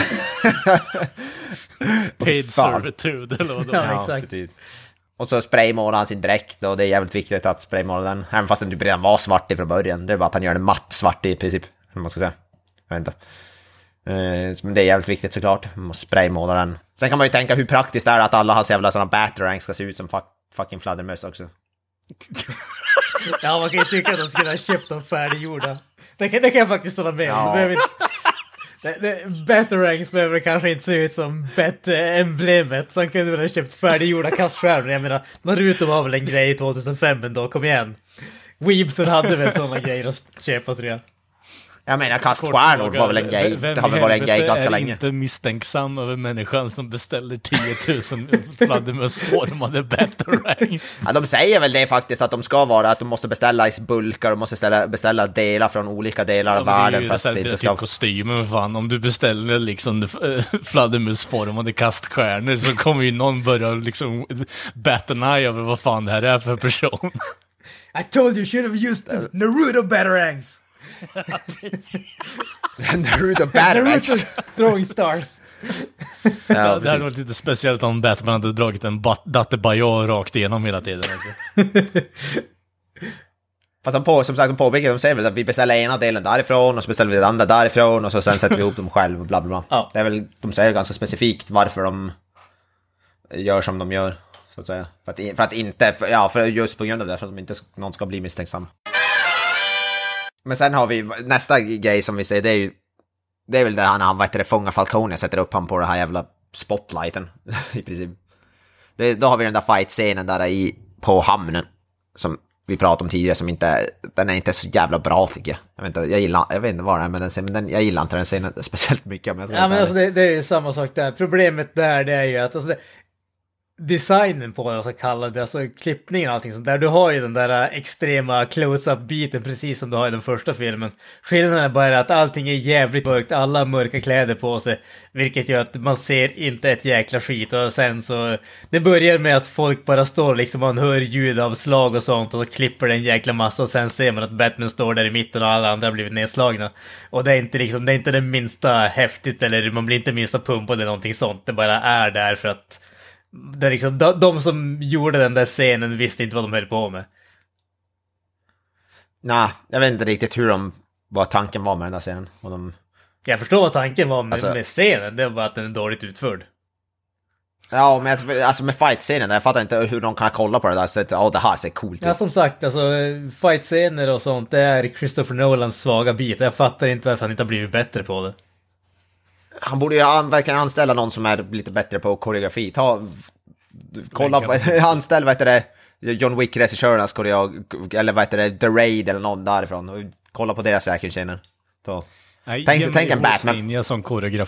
Paid servitude eller vad det var. Ja, exakt. Och så spraymålar han sin dräkt, och det är jävligt viktigt att spraymåla den. Även fast den typ redan var svart från början. Det är bara att han gör den matt svart i princip, man ska säga. Jag vet inte. Men det är jävligt viktigt såklart. Man måste spraymåla den. Sen kan man ju tänka hur praktiskt det är att alla har så jävla sådana batarangs ska se ut som fucking fladdermöss också. Ja, man kan ju tycka att de skulle ha köpt dem färdiggjorda. Det kan jag faktiskt hålla med om. Ja. Batarangs behöver kanske inte se ut som emblemet, så han kunde väl ha köpt färdiggjorda kaststjärnor. Jag menar, Naruto var väl en grej i 2005 ändå, kom igen. Weebsen hade väl sådana grejer att köpa, tror jag. Jag menar, kaststjärnor var väl en grej. Det har väl varit en grej ganska länge. Är inte misstänksam över människan som beställer 10 000 fladdermusformade batarangs? Ja, de säger väl det faktiskt, att de ska vara, att de måste beställa i bulkar, de måste beställa delar från olika delar av världen för att det inte ska... kostymen, fan. Om du beställer liksom fladdermusformade kaststjärnor så kommer ju någon börja liksom batta en eye över vad fan det här är för person. I told you should have used Naruto batarangs. Naruto batarangs. Throwing stars. Ja, det hade varit lite speciellt om Batman hade dragit en Datte-Bayo rakt igenom hela tiden. Fast som sagt, de påpekar, de säger väl att vi beställer ena delen därifrån och så beställer vi den andra därifrån och så sen sätter vi ihop dem själv och bla bla bla. Ja. Det är väl, de säger ganska specifikt varför de gör som de gör, så att säga. För just på grund av det, för att de inte någon ska bli misstänksam. Men sen har vi nästa grej som vi säger, det är väl det här när han fångar Falcone, sätter upp han på det här jävla spotlighten i princip. Då har vi den där fight-scenen där på hamnen som vi pratade om tidigare, som den är inte så jävla bra tycker jag. Jag vet inte vad det är, men jag gillar inte den scenen speciellt mycket. Men det är ju samma sak där. Problemet där, det är ju att designen på vad jag ska kalla det, alltså klippningen och allting sånt där. Du har ju den där extrema close-up-biten precis som du har i den första filmen. Skillnaden är bara att allting är jävligt mörkt, alla har mörka kläder på sig, vilket gör att man ser inte ett jäkla skit. Och sen så, det börjar med att folk bara står liksom, man hör ljud av slag och sånt och så klipper det en jäkla massa och sen ser man att Batman står där i mitten och alla andra har blivit nedslagna. Och det är inte liksom, det är inte det minsta häftigt eller man blir inte minsta pumpad eller någonting sånt. Det bara är där för att det är liksom, de som gjorde den där scenen visste inte vad de höll på med. Nej, jag vet inte riktigt vad tanken var med den där scenen. Jag förstår vad tanken var med scenen, det var bara att den är dåligt utförd. Ja, men alltså med fight-scenen, jag fattar inte hur de kan kolla på det där så att det här ser coolt ut. Ja, som sagt, alltså fight-scener och sånt, det är Christopher Nolans svaga bit. Jag fattar inte varför han inte har blivit bättre på det. Han borde ju verkligen anställa någon som är lite bättre på koreografi. Kolla på, anställ John Wick-regissörernas eller The Raid eller någon därifrån och kolla på deras actionscener. Tänk en Batman som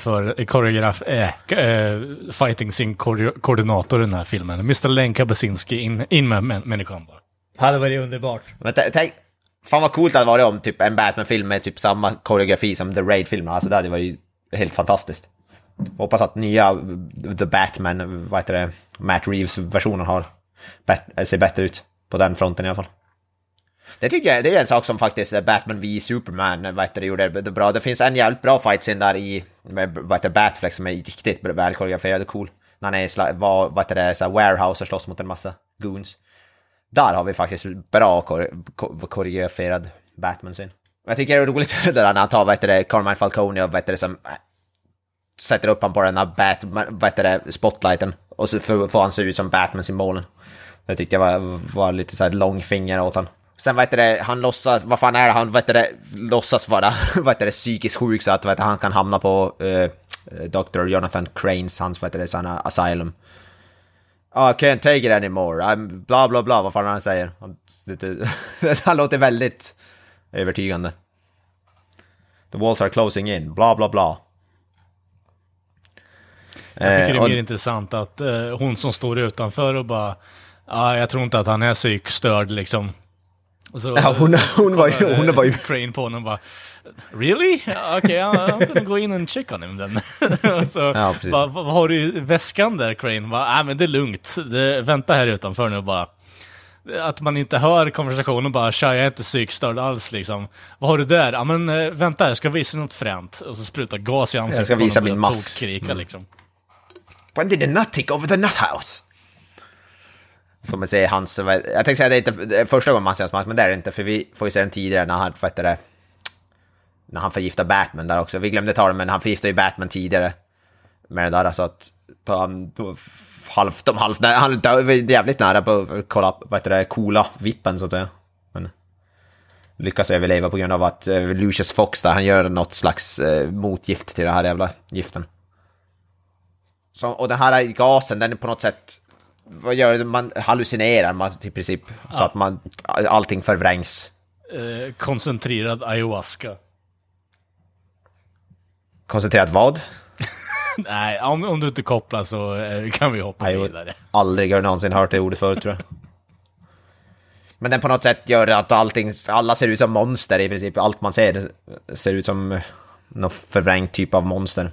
fighting sin koordinator i den här filmen. Mr. Len Kabasinski in med människan bara. Hade varit underbart. Men tänk, fan vad coolt det hade varit om typ en Batman-film med typ samma koreografi som The Raid-filmen. Alltså det hade varit helt fantastiskt. Hoppas att nya The Batman, Matt Reeves-versionen ser bättre ut på den fronten i alla fall. Det tycker jag, det är en sak som faktiskt Batman v Superman gjorde det bra. Det finns en jävligt bra fight scene där med Batfleck som är riktigt väl koreograferad och cool. När han är så warehouse och slåss mot en massa goons. Där har vi faktiskt bra koreograferad Batman-scene. Jag tycker det är roligt det där när han tar Carmine Falcone och som sätter upp han på den här spotlighten och så får han se ut som Batman-symbolen. Det tyckte jag var lite så här långfinger åt han. Sen han låtsas, vad fan är det, han låtsas vara psykiskt sjuk så att han kan hamna på Dr. Jonathan Cranes, hans såna asylum. I can't take it anymore, I'm bla bla bla, vad fan han säger. Han låter väldigt övertygande. The walls are closing in, bla bla bla. Jag tycker det är mer intressant att hon som står utanför och bara jag tror inte att han är psykstörd liksom. Och så, hon var ju Crane på honom och bara really? Okej, I'm gonna go in and check on him then. Så, vad har du i väskan där, Crane? Men det är lugnt. Vänta här utanför nu bara. Att man inte hör konversationen bara, jag är inte psykstörd alls liksom. Vad har du där? Men vänta, jag ska visa något fränt. Och så sprutar gas i ansiktet. Jag ska visa min mask. Liksom. When did the nut take over the nut house? Får man se hans... Jag tänkte säga att det är inte första gången man ser hans mask, men det är det inte. För vi får ju se den tidigare när han förgiftar Batman där också. Vi glömde ta det, men han förgiftar ju Batman tidigare med det där. Så att han är jävligt nära på att kolla coola vippen så att säga. Men lyckas överleva på grund av att Lucius Fox där, han gör något slags motgift till det här jävla giften. Så, och den här gasen, den är på något sätt, vad gör det? Man hallucinerar i princip, så att allting förvrängs. Koncentrerad ayahuasca. Koncentrerat vad? Nej, om du inte kopplar så kan vi hoppa vidare. Aldrig har någonsin hört det ordet förut, tror jag. Men den på något sätt gör att alla ser ut som monster i princip. Allt man ser ut som någon förvrängt typ av monster.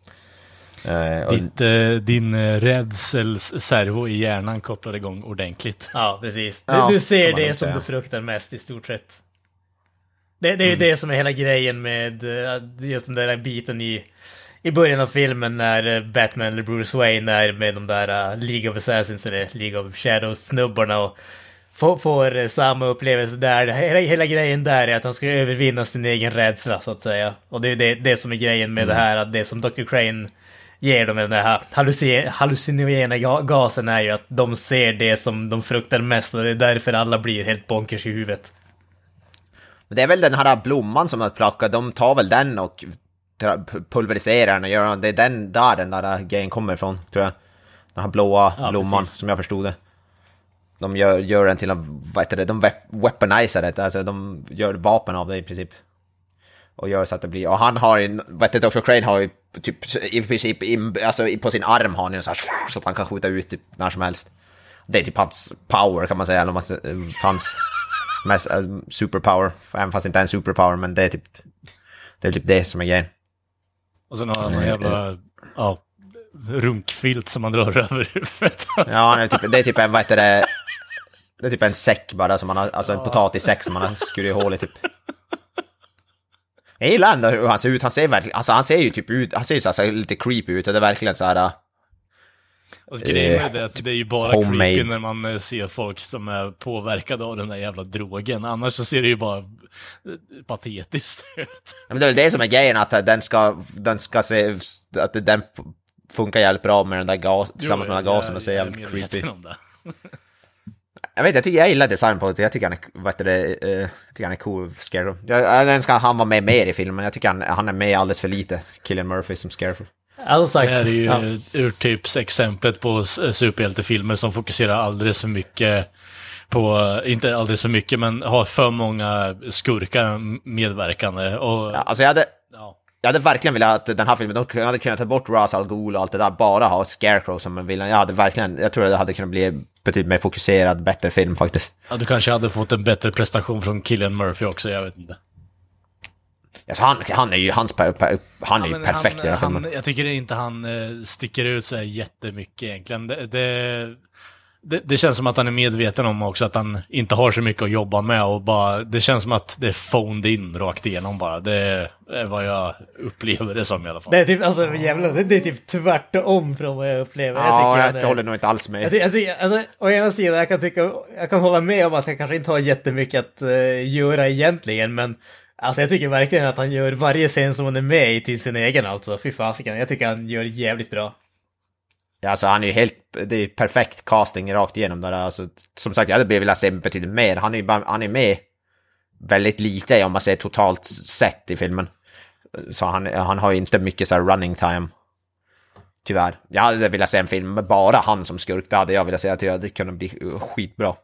Din rädselsservo i hjärnan kopplar igång ordentligt. Ja, precis. Ja, du ser kan man det nog som säga. du fruktar mest i stort sett. Det är ju det som är hela grejen med just den där biten i början av filmen när Batman eller Bruce Wayne är med de där League of Assassins eller League of Shadows-snubbarna och får samma upplevelse där. Hela grejen där är att han ska övervinna sin egen rädsla, så att säga. Och det är det som är grejen med det här, att det som Dr. Crane ger dem med den här hallucinogena gasen är ju att de ser det som de fruktar mest, och det är därför alla blir helt bonkers i huvudet. Det är väl den här blomman som har plockat, de tar väl den och pulveriserar den och gör det är den där grejen kommer ifrån, tror jag. Den här blåa blomman, precis. Som jag förstod det. De gör den till de weaponiserar det, alltså de gör vapen av det i princip. Och gör så att det blir, och han har ju, Dr. Crane har ju typ i princip alltså på sin arm har han ju så att han kan skjuta ut typ när som helst. Det är typ hans power, kan man säga, eller hans mest superpower, även fast det inte är en superpower, men det är typ det som är grejen. Och sen har han en jävla runkfilt som man drar över huvudet. Ja, det är typ en, det är typ en säck bara som man har, alltså en potatissäck som man har skurit hål i typ. Jag gillar ändå hur han ser ut. Han ser verkligen, alltså han ser ju typ ut, han ser ju så här lite creepy ut, och det är verkligen så här. Och grejen med det, att det är ju bara creepy när man ser folk som är påverkade av den där jävla drogen. Annars så ser det ju bara patetiskt ut. Men det är väl det som är grejen, att den ska se att den funkar jävligt bra med den där tillsammans med den där gasen och ser jävligt creepy. Jag tycker jag gillar design på det. Jag tycker han är cool, Scarecrow. Jag önskar att han var med mer i filmen. Jag tycker han är med alldeles för lite, Cillian Murphy som Scarecrow. Alltså, det här är ju urtypsexemplet på superhjältefilmer som fokuserar alldeles för mycket på, inte alldeles för mycket, men har för många skurkar medverkande. Och, ja, alltså jag hade verkligen velat att den här filmen, de hade kunnat ta bort Ra's al Ghul och allt det där, bara ha Scarecrow som en villain. Jag tror att det hade kunnat bli betydligt mer fokuserad, bättre film faktiskt. Ja, du kanske hade fått en bättre prestation från Cillian Murphy också, jag vet inte. Alltså han är ju perfekt i den här filmen. Jag tycker inte han sticker ut så här jättemycket egentligen. Det känns som att han är medveten om också att han inte har så mycket att jobba med, och bara, det känns som att det är phoned in rakt igenom bara. Det är vad jag upplever det som i alla fall. Det är typ, alltså jävlar, det är typ tvärtom från vad jag upplever. Jag håller nog inte alls med. Alltså, å ena sidan, jag kan hålla med om att han kanske inte har jättemycket att göra egentligen, men alltså jag tycker verkligen att han gör varje scen som han är med i till sin egen, alltså. Fy fasiken, jag tycker han gör jävligt bra. Ja, alltså han är ju det är perfekt casting rakt igenom där. Alltså, som sagt, jag hade velat se betydligt mer. Han är med väldigt lite om man ser totalt sett i filmen. Så han har ju inte mycket så här running time. Tyvärr. Jag hade velat se en film med bara han som skurk. Det hade jag velat säga att det hade kunnat bli skitbra.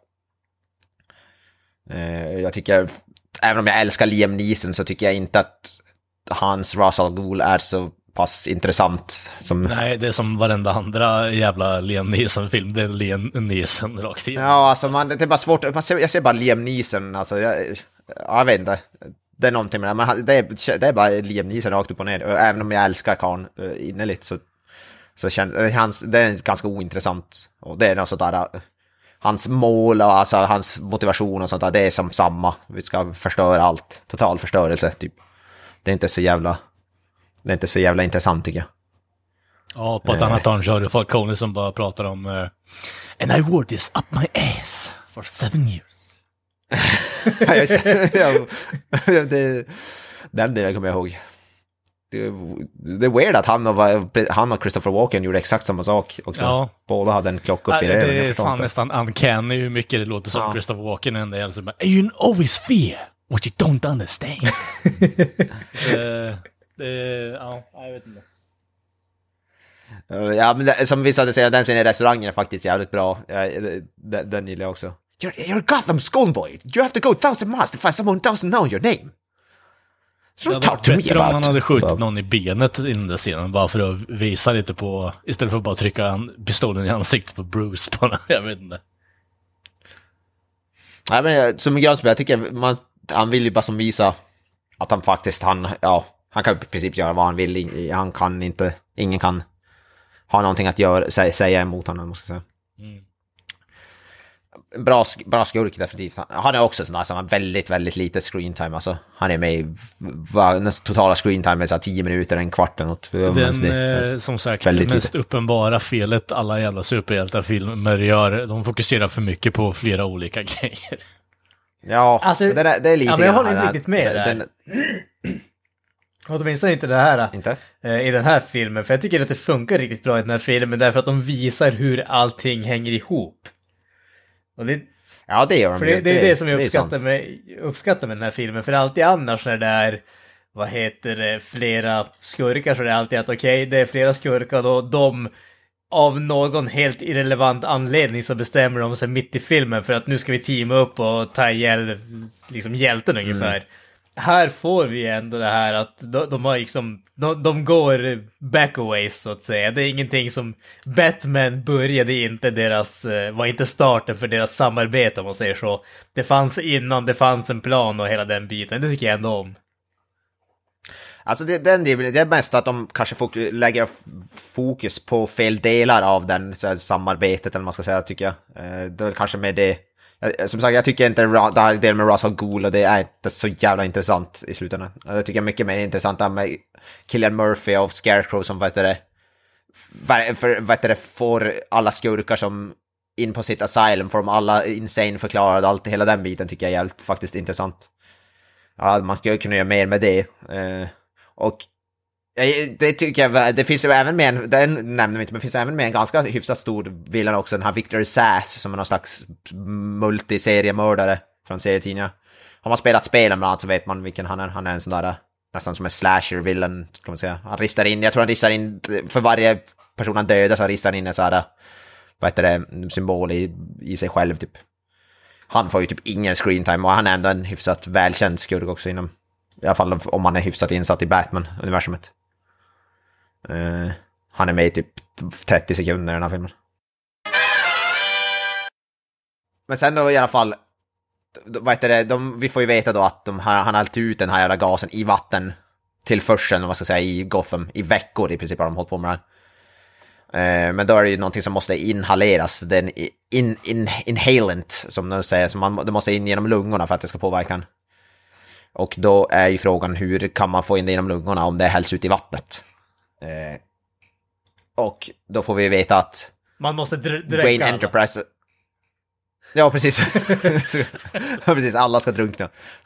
Jag tycker, även om jag älskar Liam Neeson, så tycker jag inte att hans Ra's al Ghul är så pass intressant som... Nej, det är som varenda andra jävla Liam Neeson-film. Det är Liam Neeson rakt in. Ja, alltså det är bara svårt. Jag ser bara Liam Neeson, alltså jag vet inte. Det är någonting med det, men det är bara Liam Neeson rakt upp och ner. Även om jag älskar Karn innerligt, så känns det är ganska ointressant. Och det är något sånt där, hans mål och alltså hans motivation och sånt där, det är som samma. Vi ska förstöra allt. Total förstörelse, typ. Det är inte så jävla intressant, tycker jag. Ja, på ett annat hörn så har du Falcone som bara pratar om and I wore this up my ass for 7 years. Ja, just det. Den delen kommer jag ihåg. Det är weird att han och Christopher Walken gjorde exakt samma sak också. Ja. Båda hade en klocka upp i det. Det är fan nästan uncanny hur mycket det låter som Christopher Walken en del. Så bara, you always fear what you don't understand. Jag vet inte. Ja, men som vi sa, den scenen i restaurangen är faktiskt jävligt bra. Den gillar jag också. You're Gotham schoolboy. You have to go 1000 miles to find someone who doesn't know your name. Det hade varit bättre om han hade skjutit någon i benet i den där scenen, bara för att visa lite på, istället för att bara trycka pistolen i ansiktet på Bruce på den, jag vet inte. Nej, men som en grönspelare, jag tycker han vill ju bara som visa att han faktiskt, han kan i princip göra vad han vill, han kan inte, ingen kan ha någonting att säga emot honom, måste jag säga. Bra skurk definitivt. Han är också sån där som har väldigt, väldigt lite screen time. Alltså, han är med i den totala screen time är så 10 minuter, en kvart eller något. Den som sagt, det mest uppenbara felet alla jävla superhjältarfilmer gör, de fokuserar för mycket på flera olika grejer. Ja, alltså, det är lite. Ja, men jag håller inte riktigt med där. Åtminstone inte det här inte? I den här filmen. För jag tycker att det funkar riktigt bra i den här filmen, därför att de visar hur allting hänger ihop. Och det, ja, det gör de. För det är det som jag uppskattar med den här filmen. För alltid annars när det är, flera skurkar, så är det alltid att okej, det är flera skurkar och de av någon helt irrelevant anledning så bestämmer de sig mitt i filmen för att nu ska vi teama upp och ta ihjäl liksom hjälten ungefär. Här får vi ändå det här att de har liksom, de går backaways så att säga. Det är ingenting som Batman började inte var inte starten för deras samarbete om man säger så. Det fanns innan, det fanns en plan och hela den biten. Det tycker jag ändå om. Alltså det är mest att de kanske lägger fokus på fel delar av den så här, samarbetet eller man ska säga, tycker jag. Det är kanske med det. Som sagt, jag tycker inte det här delen med Russell Gould och det är inte så jävla intressant i slutändan. Jag tycker mycket mer intressant med Cillian Murphy och Scarecrow som får alla skurkar som in på sitt asylum, får de alla insane förklarade, allt, hela den biten tycker jag är helt faktiskt intressant. Ja, man skulle kunna göra mer med det. Och det tycker jag, det finns ju även med den nämner vi inte, men det finns även med en ganska hyfsat stor villan också, den här Victor Sass som är någon slags multiseriemördare från serietidningar. Har man spelat spelen bland annat så vet man vilken han är. Han är en sån där nästan som en slasher-villain kan man säga. Han ristar in, jag tror han ristar in för varje person han dödar så ristar han in en sån här symbol i sig själv typ. Han får ju typ ingen screen time och han är ändå en hyfsat välkänd skurk också inom, i alla fall om man är hyfsat insatt i Batman-universumet. Han är med i typ 30 sekunder i den här filmen. Men sen då i alla fall, vi får ju veta då att han har allt ut den här jävla gasen i vatten till förseln, vad ska jag säga, i Gotham i veckor i princip har de hållit på med det här. Men då är det ju någonting som måste inhaleras, den inhalant som de säger, som det måste in genom lungorna för att det ska påverka en. Och då är ju frågan, hur kan man få in det genom lungorna om det hälls ut i vattnet? Och då får vi veta att man måste dräcka Wayne Enterprise. Ja, precis. Precis, alla ska drunkna.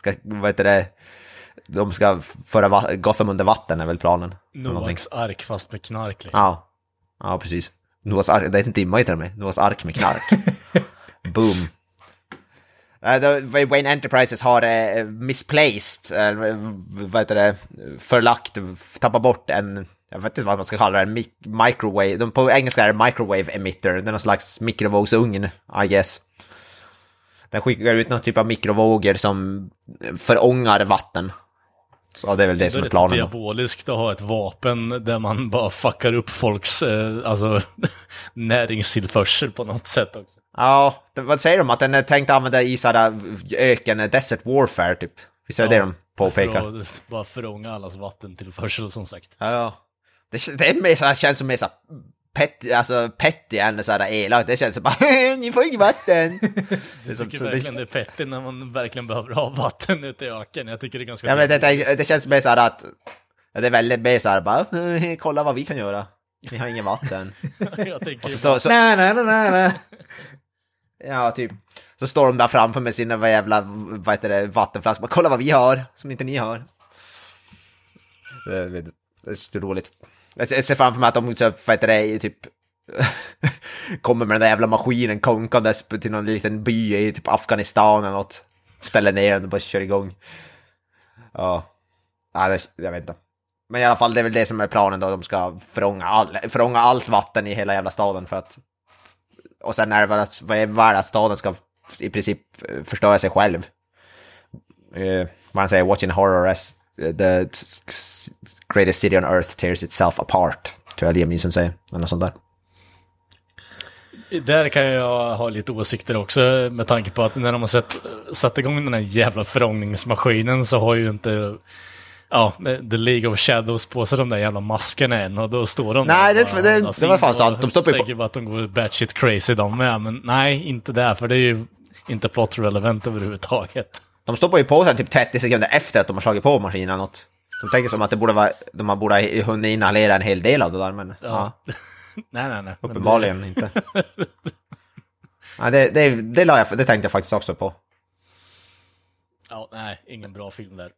De ska föra Gotham under vatten är väl planen. Noahs ark fast med knark liksom. Ja, precis. Noahs ark, det är inte dimma till mig. Noahs ark med knark. Boom. Wayne Enterprises har misplaced, förlagt, tappat bort en, jag vet inte vad man ska kalla det, microwave, på engelska är det microwave emitter, det är någon slags mikrovågsugn, I guess. Den skickar ut någon typ av mikrovågor som förångar vatten. Så det är väl det som är planen. Det är diaboliskt att ha ett vapen där man bara fuckar upp folks näringstillförsel på något sätt också. Ja, vad säger de? Att den är tänkt att använda i sådär öken, desert warfare typ. Visst är det de påpekar? För att bara förånga allas vattentillförsel som sagt. Ja. Det är mer så här, känns som mer så petty än så här elakt. Det känns som bara, ni får inget vatten. Jag tycker verkligen det är petty när man verkligen behöver ha vatten ute i öken. Jag tycker det är ganska... Ja, men det känns mer så här att det är väldigt mer så här bara, kolla vad vi kan göra. Ni har ingen vatten. Jag tänker nej. Ja, typ. Så står de där framför med sina jävla vattenflaskor. Kolla vad vi har, som inte ni har. Det är så roligt. Jag ser framför mig att de typ kommer med den där jävla maskinen konkandes till någon liten by i typ Afghanistan eller något. Ställer ner den och bara kör igång. Ja, jag vet inte. Men i alla fall, det är väl det som är planen då. De ska förånga allt vatten i hela jävla staden för att... Och sen är det väl att staden ska i princip förstöra sig själv. Vad han säger, watching horror as the greatest city on earth tears itself apart, tror jag Liam Neeson säger, eller något sånt där. Där kan jag ha lite åsikter också, med tanke på att när de har satt igång den här jävla förångningsmaskinen så har ju inte The League of Shadows på sig de där jävla maskerna än, och då står de nej, där. Det var fan sant. De stoppar ju tänker bara att de går batshit crazy de med, men nej, inte där, för det är ju inte plot relevant överhuvudtaget. De stoppar ju på sig typ 30 sekunder efter att de har slagit på maskinen något. De tänker som att det borde vara, de borde ha hunnit inhalera en hel del av det där, men ja. nej. Uppenbarligen inte. Ja, det tänkte jag faktiskt också på. Ja, nej, ingen bra film där.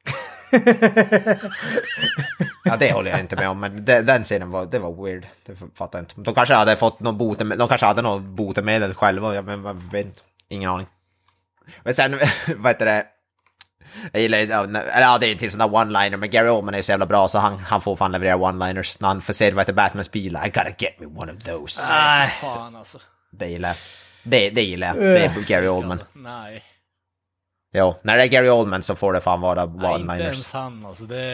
Ja, det håller jag inte med om, men den scenen var weird. Det fattar jag inte. De kanske hade fått något botemedel själva, men jag vet inte. Ingen aning. Men sen, vad heter det? Jag gillar, det är inte sån där one-liner, men Gary Oldman är så jävla bra så han får fan leverera one-liners när han får se vad heter Batmans bil. I gotta get me one of those. Nej, fan alltså. Det gillar jag. Det gillar jag. Det är Gary Oldman. Nej. Jo, när det är Gary Oldman så får det fan vara one-liners. Inte ens han, alltså. Det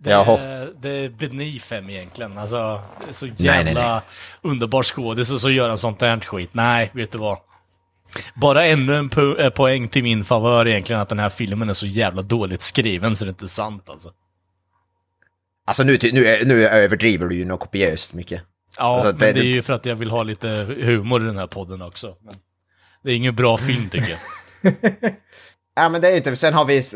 är beneath hem egentligen. Alltså, det är så jävla underbar skådis och så gör han sånt där skit. Nej, vet du vad? Bara ännu en poäng till min favör egentligen, att den här filmen är så jävla dåligt skriven så det är inte sant alltså. Alltså nu överdriver du ju något kopiöst mycket. Ja, alltså, men det är ju för att jag vill ha lite humor i den här podden också. Men det är ingen bra film tycker jag. Ja, men det är inte. Sen har vi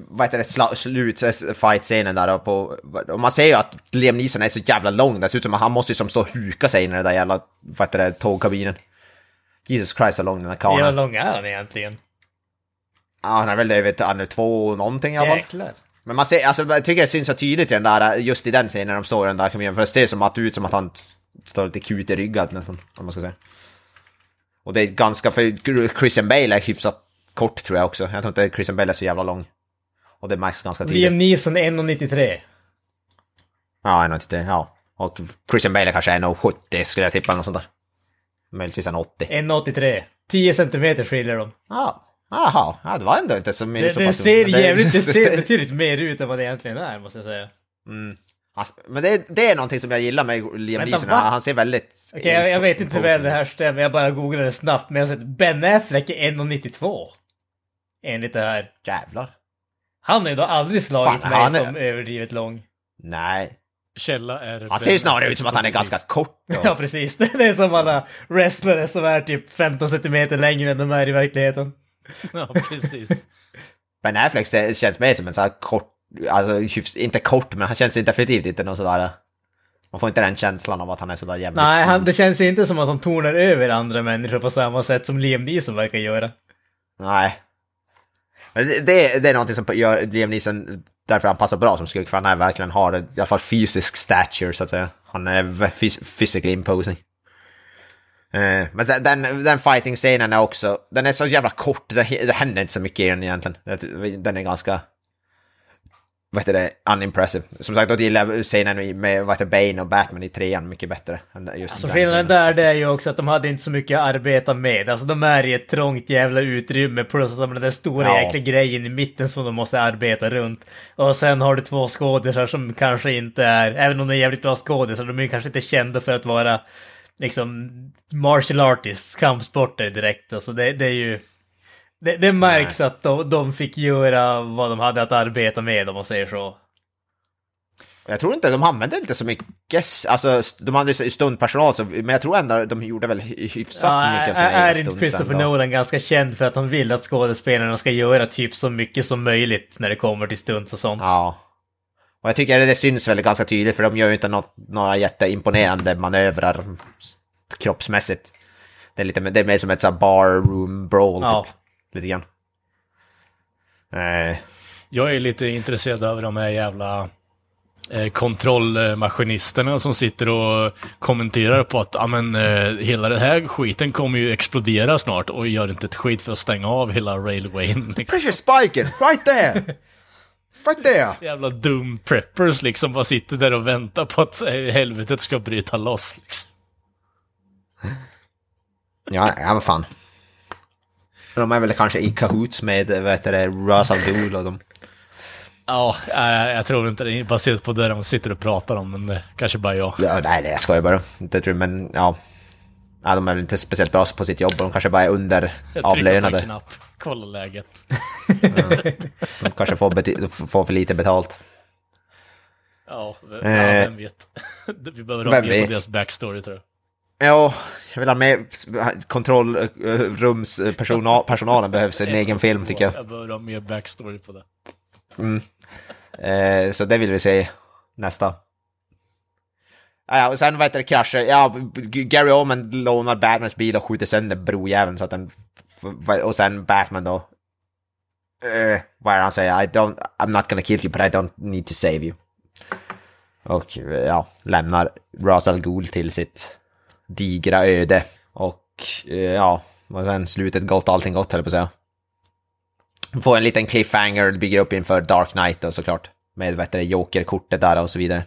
slutfight-scenen där på, och man ser ju att Liam Neeson är så jävla lång. Dessutom han måste ju som stå och huka sig i den där jävla tågkabinen. Jesus Christ, så lång den här kameran. Hur lång är han egentligen? Ja, han är väl över 2 någonting i alla fall. Jäklar. Men man ser, alltså jag tycker det syns så tydligt i den där, just i den scenen när de står i den där kabinen, för det ser ut som att han står lite kut i ryggen nästan, om man ska säga. Och det är ganska, för Christian Bale är hyfsat kort tror jag också. Jag tror inte Christian Bale är så jävla lång. Och det märks ganska tydligt. Liam Neeson 1,93. Ja, 1,93, ja. Och Christian Bale kanske 1,70 skulle jag tippa, något sånt där. Möjligtvis 1,80. 1,83. 10 centimeter skiljer de. Ja. Jaha, ja, det var ändå inte så mycket. Det ser betydligt mer ut än vad det egentligen är, måste jag säga. Mm. Alltså, men det är någonting som jag gillar med Liam Neeson. Han ser väldigt... Okej, jag vet inte hur väl det här stämmer. Jag bara googlade snabbt, men jag har sett Ben Affleck är 1,92. Enligt det här. Jävlar. Han har ju då aldrig slagit fan, mig som överdrivet lång. Nej. Källa är... Han ser ju snarare ut som att han är ganska kort. Då. Ja, precis. Det är som alla wrestlare som är typ 15 centimeter längre än de är i verkligheten. Ja, precis. Ben Affleck känns mer som en sån här kort, alltså inte kort, men han känns definitivt inte någon sådär. Man får inte den känslan av att han är sådär jävligt. Nej, det känns ju inte som att han tonar över andra människor på samma sätt som Liam Neeson verkar göra. Nej. Men det är någonting som gör Liam Neeson, därför han passar bra som skurk, för han är verkligen har i alla fall fysisk stature så att säga. Han är physically imposing. Men den fighting-scenen är också, den är så jävla kort, det händer inte så mycket i den egentligen. Den är ganska, vad heter det, unimpressive. Som sagt, då gillar scenen med Bane och Batman i 3:an mycket bättre. Alltså skillnaden där, det är ju också att de hade inte så mycket att arbeta med. Alltså de är i ett trångt jävla utrymme, plus att de har den där stora jäkla grejen i mitten som de måste arbeta runt. Och sen har du 2 skådisar som kanske inte är, även om de är jävligt bra skådisar, de är kanske inte kända för att vara liksom martial artists, kampsporter direkt. Alltså det är ju... Det märks att de fick göra vad de hade att arbeta med, om man säger så. Jag tror inte, de använde inte så mycket, alltså de hade stundpersonal, men jag tror ändå de gjorde väl hyfsat mycket av sina är inte Christopher Nolan ganska känd för att han vill att skådespelarna ska göra typ så mycket som möjligt när det kommer till stunts och sånt? Ja. Och jag tycker det syns väl ganska tydligt, för de gör ju inte några jätteimponerande manövrar kroppsmässigt. Det är mer som ett sånt barroom brawl typ. Lite grann. Jag är lite intresserad av de här jävla kontrollmaskinisterna som sitter och kommenterar på att hela den här skiten kommer ju explodera snart, och gör inte ett skit för att stänga av hela railwayn. Liksom. Pressure spiken, right there! Right there! Jävla dum preppers liksom, bara sitter där och väntar på att helvetet ska bryta loss liksom. Ja, vad fan. De är väl kanske i cahoots med, Ra's al Ghul och dem. Ja, jag tror inte det är baserat på det de sitter och pratar om, men kanske bara jag. Ja, nej, jag skojar bara. Inte tror, men ja. Ja, de är väl inte speciellt bra på sitt jobb, de kanske bara är underavlönade. Knapp. Kolla läget. De kanske får för lite betalt. Ja, vem vet. Vi behöver ha mer på deras backstory, tror jag. Ja, jag vill ha mer kontrollrumspersonalen behövs en egen film, tycker jag. Jag behöver ha mer backstory på det. Så det vill vi se nästa. Ja, och sen vet du, kraschar. Ja, Gary Oldman lånar Batmans bil och skjuter sönder brojäveln så att den... Och sen Batman då. Vad är det han säger? I'm not gonna kill you, but I don't need to save you. Och ja, lämnar Ra's al Ghul till sitt digra öde. Och ja, och sen slutet gott, allting gott, höll på att säga. Får en liten cliffhanger, bygger upp inför Dark Knight och såklart. Med Joker-kortet där och så vidare.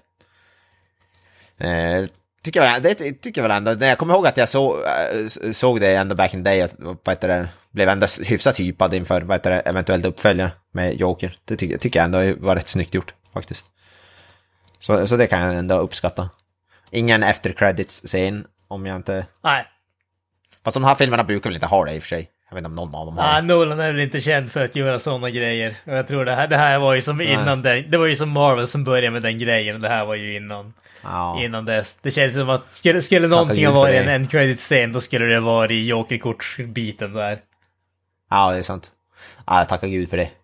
Tycker jag väl ändå. Jag kommer ihåg att jag såg det ändå back in the day. Att blev ändå hyfsat hypad inför eventuellt uppföljare med Joker. Det tycker jag ändå var rätt snyggt gjort faktiskt. Så det kan jag ändå uppskatta. Ingen efter credits-scen om jag inte... Nej. Fast de här filmerna brukar väl inte ha det i och för sig. Jag vet inte om någon av dem har det. Nolan är väl inte känd för att göra sådana grejer. Och jag tror det här var ju som innan det var ju som Marvel som började med den grejen. Och det här var ju innan dess. Det känns som att skulle någonting ha varit en credit-scen, då skulle det vara i Joker-kortsbiten där. Ja, det är sant. Ja, jag tackar Gud för det.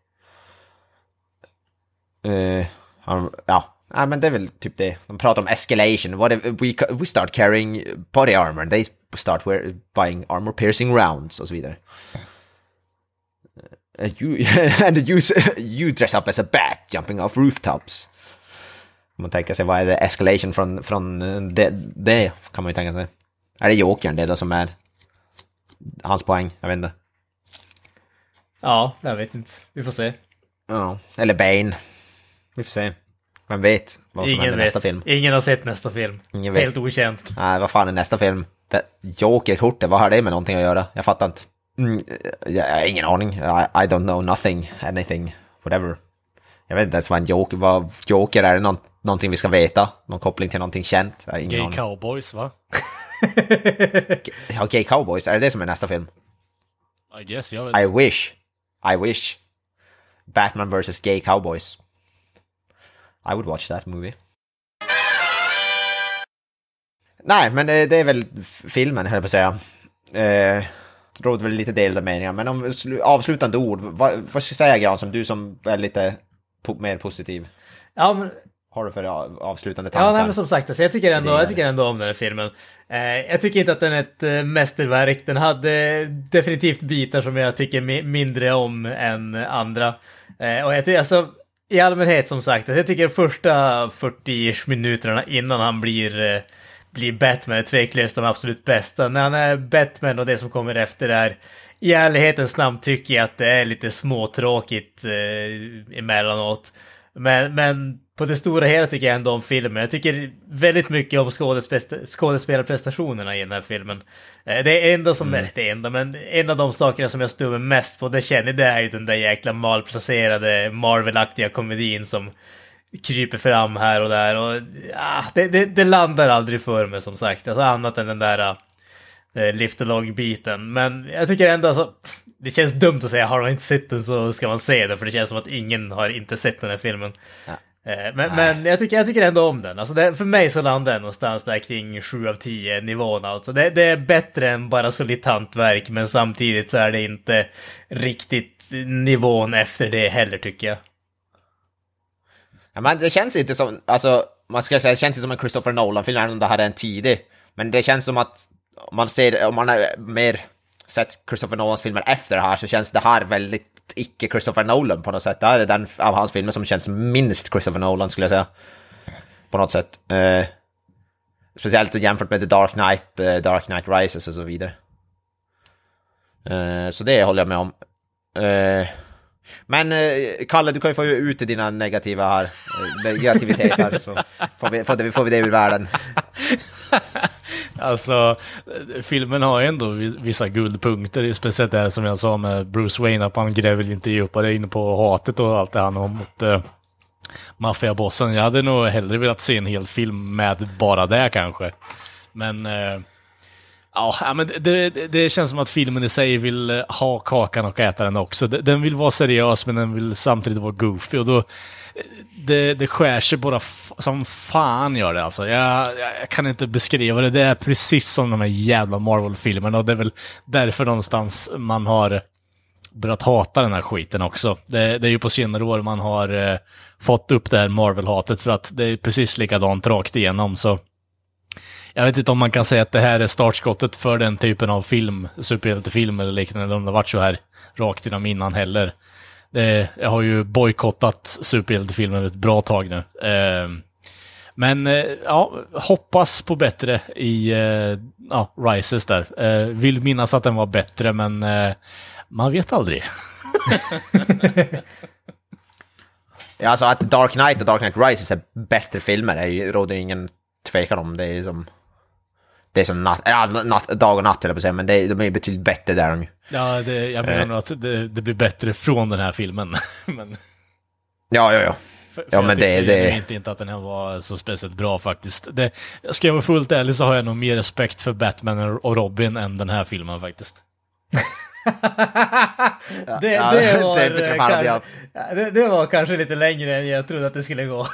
Ja, men det är väl typ det. De pratar om escalation. We start carrying body armor. They start buying armor piercing rounds och så vidare. You dress up as a bat jumping off rooftops. Man tänker sig, vad är det escalation från det kan man ju tänka sig. Är det Jokern det då som är hans poäng? Jag vet inte. Ja, jag vet inte. Vi får se. Ja, eller Bane. Vi får se. Vem vet vad som händer nästa film? Ingen har sett nästa film. Ingen vet. Helt okänt. Nej, vad fan är nästa film? Joker-kortet, vad har det med någonting att göra? Jag fattar inte. Jag har ingen aning. I don't know nothing, anything, whatever. Jag vet inte ens vad en Joker är. Det någonting vi ska veta? Någon koppling till någonting känt? Gay aning. Cowboys, va? Ja, Gay Cowboys, är det som är nästa film? I guess, jag vet. I wish. Batman vs. Gay Cowboys. I would watch that movie. Nej, men det är väl filmen, höll jag på att säga. Råder väl lite delade meningar. Men om avslutande ord, vad ska jag säga, Gran, som du som är lite mer positiv? Ja, men... Har du för avslutande tankar? Ja, nej, men som sagt, alltså, jag tycker ändå om den här filmen. Jag tycker inte att den är ett mästerverk. Den hade definitivt bitar som jag tycker mindre om än andra. Och jag tycker, alltså, i allmänhet som sagt, alltså, jag tycker de första 40 minuterna innan han blir Batman är tveklöst de absolut bästa. När han är Batman och det som kommer efter är, i ärlighetens namn tycker jag att det är lite småtråkigt emellanåt. Men på det stora hela tycker jag ändå om filmen. Jag tycker väldigt mycket om skådespelarprestationerna i den här filmen. Det är enda som är det enda, men en av de sakerna som jag stummar mest på, det är ju den där jäkla malplacerade Marvel-aktiga komedin som kryper fram här och där. Och det landar aldrig för mig, som sagt. Alltså annat än den där lift-along-biten. Men jag tycker ändå, alltså, det känns dumt att säga, har man inte sett den så ska man se den, för det känns som att ingen har inte sett den här filmen. Ja. Men jag tycker ändå om den. Alltså för mig så landar den någonstans där kring 7 av 10 nivån. Alltså det är bättre än bara solitant verk, men samtidigt så är det inte riktigt nivån efter det heller, tycker jag. Ja, men det känns inte som, alltså man ska säga, det känns inte som en Christopher Nolan-film, även om det här är en tidig. Men det känns som att om man har mer sett Christopher Nolans filmer efter det här, så känns det här väldigt icke Christopher Nolan på något sätt. Det är den av hans filmer som känns minst Christopher Nolan, skulle jag säga. På något sätt. Speciellt jämfört med The Dark Knight Rises och så vidare. Så det håller jag med om. Men Kalle, du kan ju få ut dina negativitet här, så får vi det ur världen. Alltså, filmen har ju ändå vissa guldpunkter, speciellt det som jag sa med Bruce Wayne, att han gräver inte djupare in på hatet och allt det han har mot maffiabossen. Jag hade nog hellre velat se en hel film med bara det kanske. Men ja, men det känns som att filmen i sig vill ha kakan och äta den också. Den vill vara seriös, men den vill samtidigt vara goofy. Och då det skär sig bara som fan gör det alltså. Jag kan inte beskriva det. Det är precis som de här jävla Marvel-filmerna. Och det är väl därför någonstans man har börjat hata den här skiten också. Det är ju på senare år man har fått upp det här Marvel-hatet, för att det är precis likadant rakt igenom. Så jag vet inte om man kan säga att det här är startskottet för den typen av film, superhjältefilm eller liknande. De har varit så här rakt inom innan heller. Jag har ju bojkottat superhjältefilmer ett bra tag nu. Men ja, hoppas på bättre i Rises där. Vill minnas att den var bättre, men man vet aldrig. Ja, alltså att Dark Knight och Dark Knight Rises är bättre filmer råder ingen tvekan om. Det är som dag och natt, eller på sig, men de är betydligt bättre där. Ja, jag menar att det blir bättre från den här filmen. Men ja. För men jag inte att den här var så speciellt bra faktiskt. Ska jag vara fullt ärlig så har jag nog mer respekt för Batman och Robin än den här filmen faktiskt. Det var kanske lite längre än jag trodde att det skulle gå.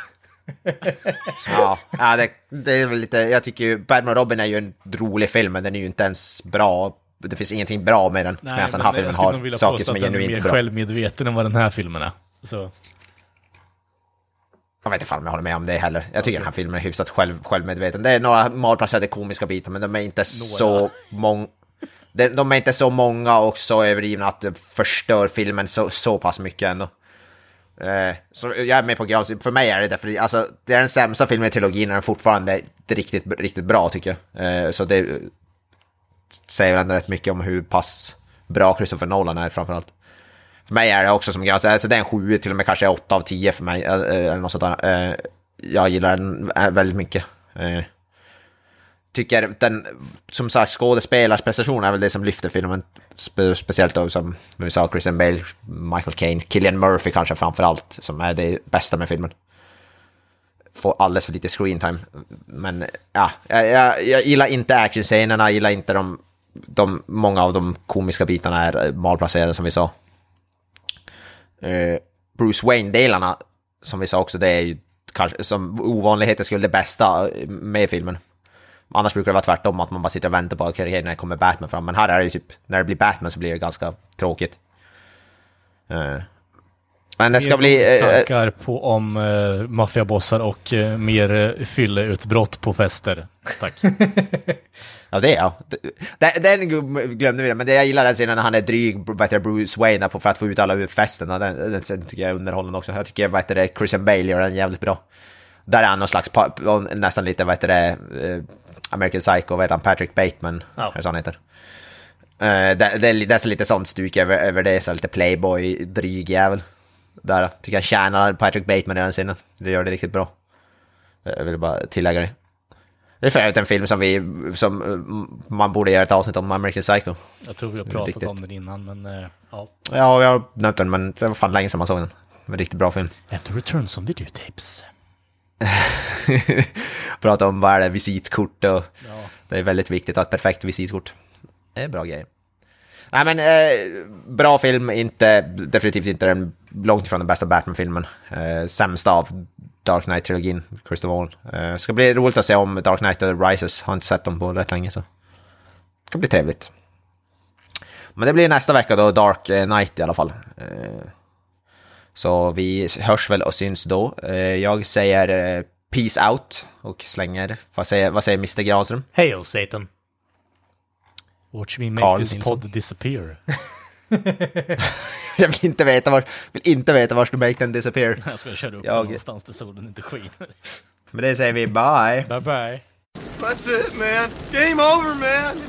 Ja, det är väl lite. Jag tycker ju Batman och Robin är ju en rolig film, men den är ju inte ens bra. Det finns ingenting bra med den. Nej, den här filmen har saker som är genuint bra. Den är mer självmedveten än vad den här filmen är. Så jag vet inte fan om jag håller med om det heller. Jag tycker den här filmen är hyfsat självmedveten. Det är några malplacerade komiska bitar, men de är inte så många. De är inte så många och så överdrivna att det förstör filmen så pass mycket ändå. Så jag är med på Grans. För mig är det därför, alltså, det är den sämsta filmen i trilogin, och den fortfarande är riktigt bra tycker jag. Så det säger ändå rätt mycket om hur pass bra Christopher Nolan är framförallt. För mig är det också som Grans. Alltså, det är en 7, till och med kanske 8 av 10 för mig. Eller något sånt där. Jag gillar den väldigt mycket. Tycker den, som sagt, skådespelarsprestation är väl det som lyfter filmen, speciellt då som vi sa, Christian Bale, Michael Caine, Cillian Murphy kanske framförallt, som är det bästa med filmen. Får alldeles för lite screen time, men ja, jag gillar inte actionscenerna, jag gillar inte många av de komiska bitarna är malplacerade som vi sa. Bruce Wayne-delarna som vi sa också, det är ju kanske som ovanligheter skulle det bästa med filmen. Annars brukar det vara tvärtom, att man bara sitter och väntar på att när det kommer Batman fram. Men här är det typ, när det blir Batman så blir det ganska tråkigt. Men det ska bli tankar på om maffiabossar och mer fylleutbrott på fester. Tack. Ja, det är ja. Den glömde vi det, men det jag gillar den scenen när han är dryg Bruce Wayne för att få ut alla ur festen. Den tycker jag är underhållande också. Jag tycker Christian Bale gör den jävligt bra. Där är han någon slags nästan lite American Psycho, vet han, Patrick Bateman, eller så han heter. Det är lite sånt stuk över det, så lite playboy dryg jävel. Där tycker jag tjänar Patrick Bateman i den scenen. Det gör det riktigt bra. Jag vill bara tillägga det. Det är för övrigt en film som man borde göra ett avsnitt om, American Psycho. Jag tror vi har pratat om den innan, men ja. Ja, jag har nämnt den, men det var fan länge sedan man såg den. En riktigt bra film. After return som videotapes. Prata om vad är det, visitkort och det är väldigt viktigt att ha ett perfekt visitkort. Det är bra grejer. Nej, men bra film, definitivt inte den, långt ifrån den bästa Batman-filmen. Sämsta av Dark Knight-trilogin, Christopher Nolan. Ska bli roligt att se om Dark Knight och Rises. Har inte sett dem på rätt länge, så det ska bli trevligt. Men det blir nästa vecka då, Dark Knight i alla fall. Så vi hörs väl och syns då. Jag säger peace out och slänger. Vad säger Mr. Granström? Hail Satan. Watch me make this pod disappear. Jag vill inte veta var du make den disappear. Jag ska köra upp den någonstans där solen inte skiner. Men det säger vi bye. Bye bye. That's it, man. Game over, man.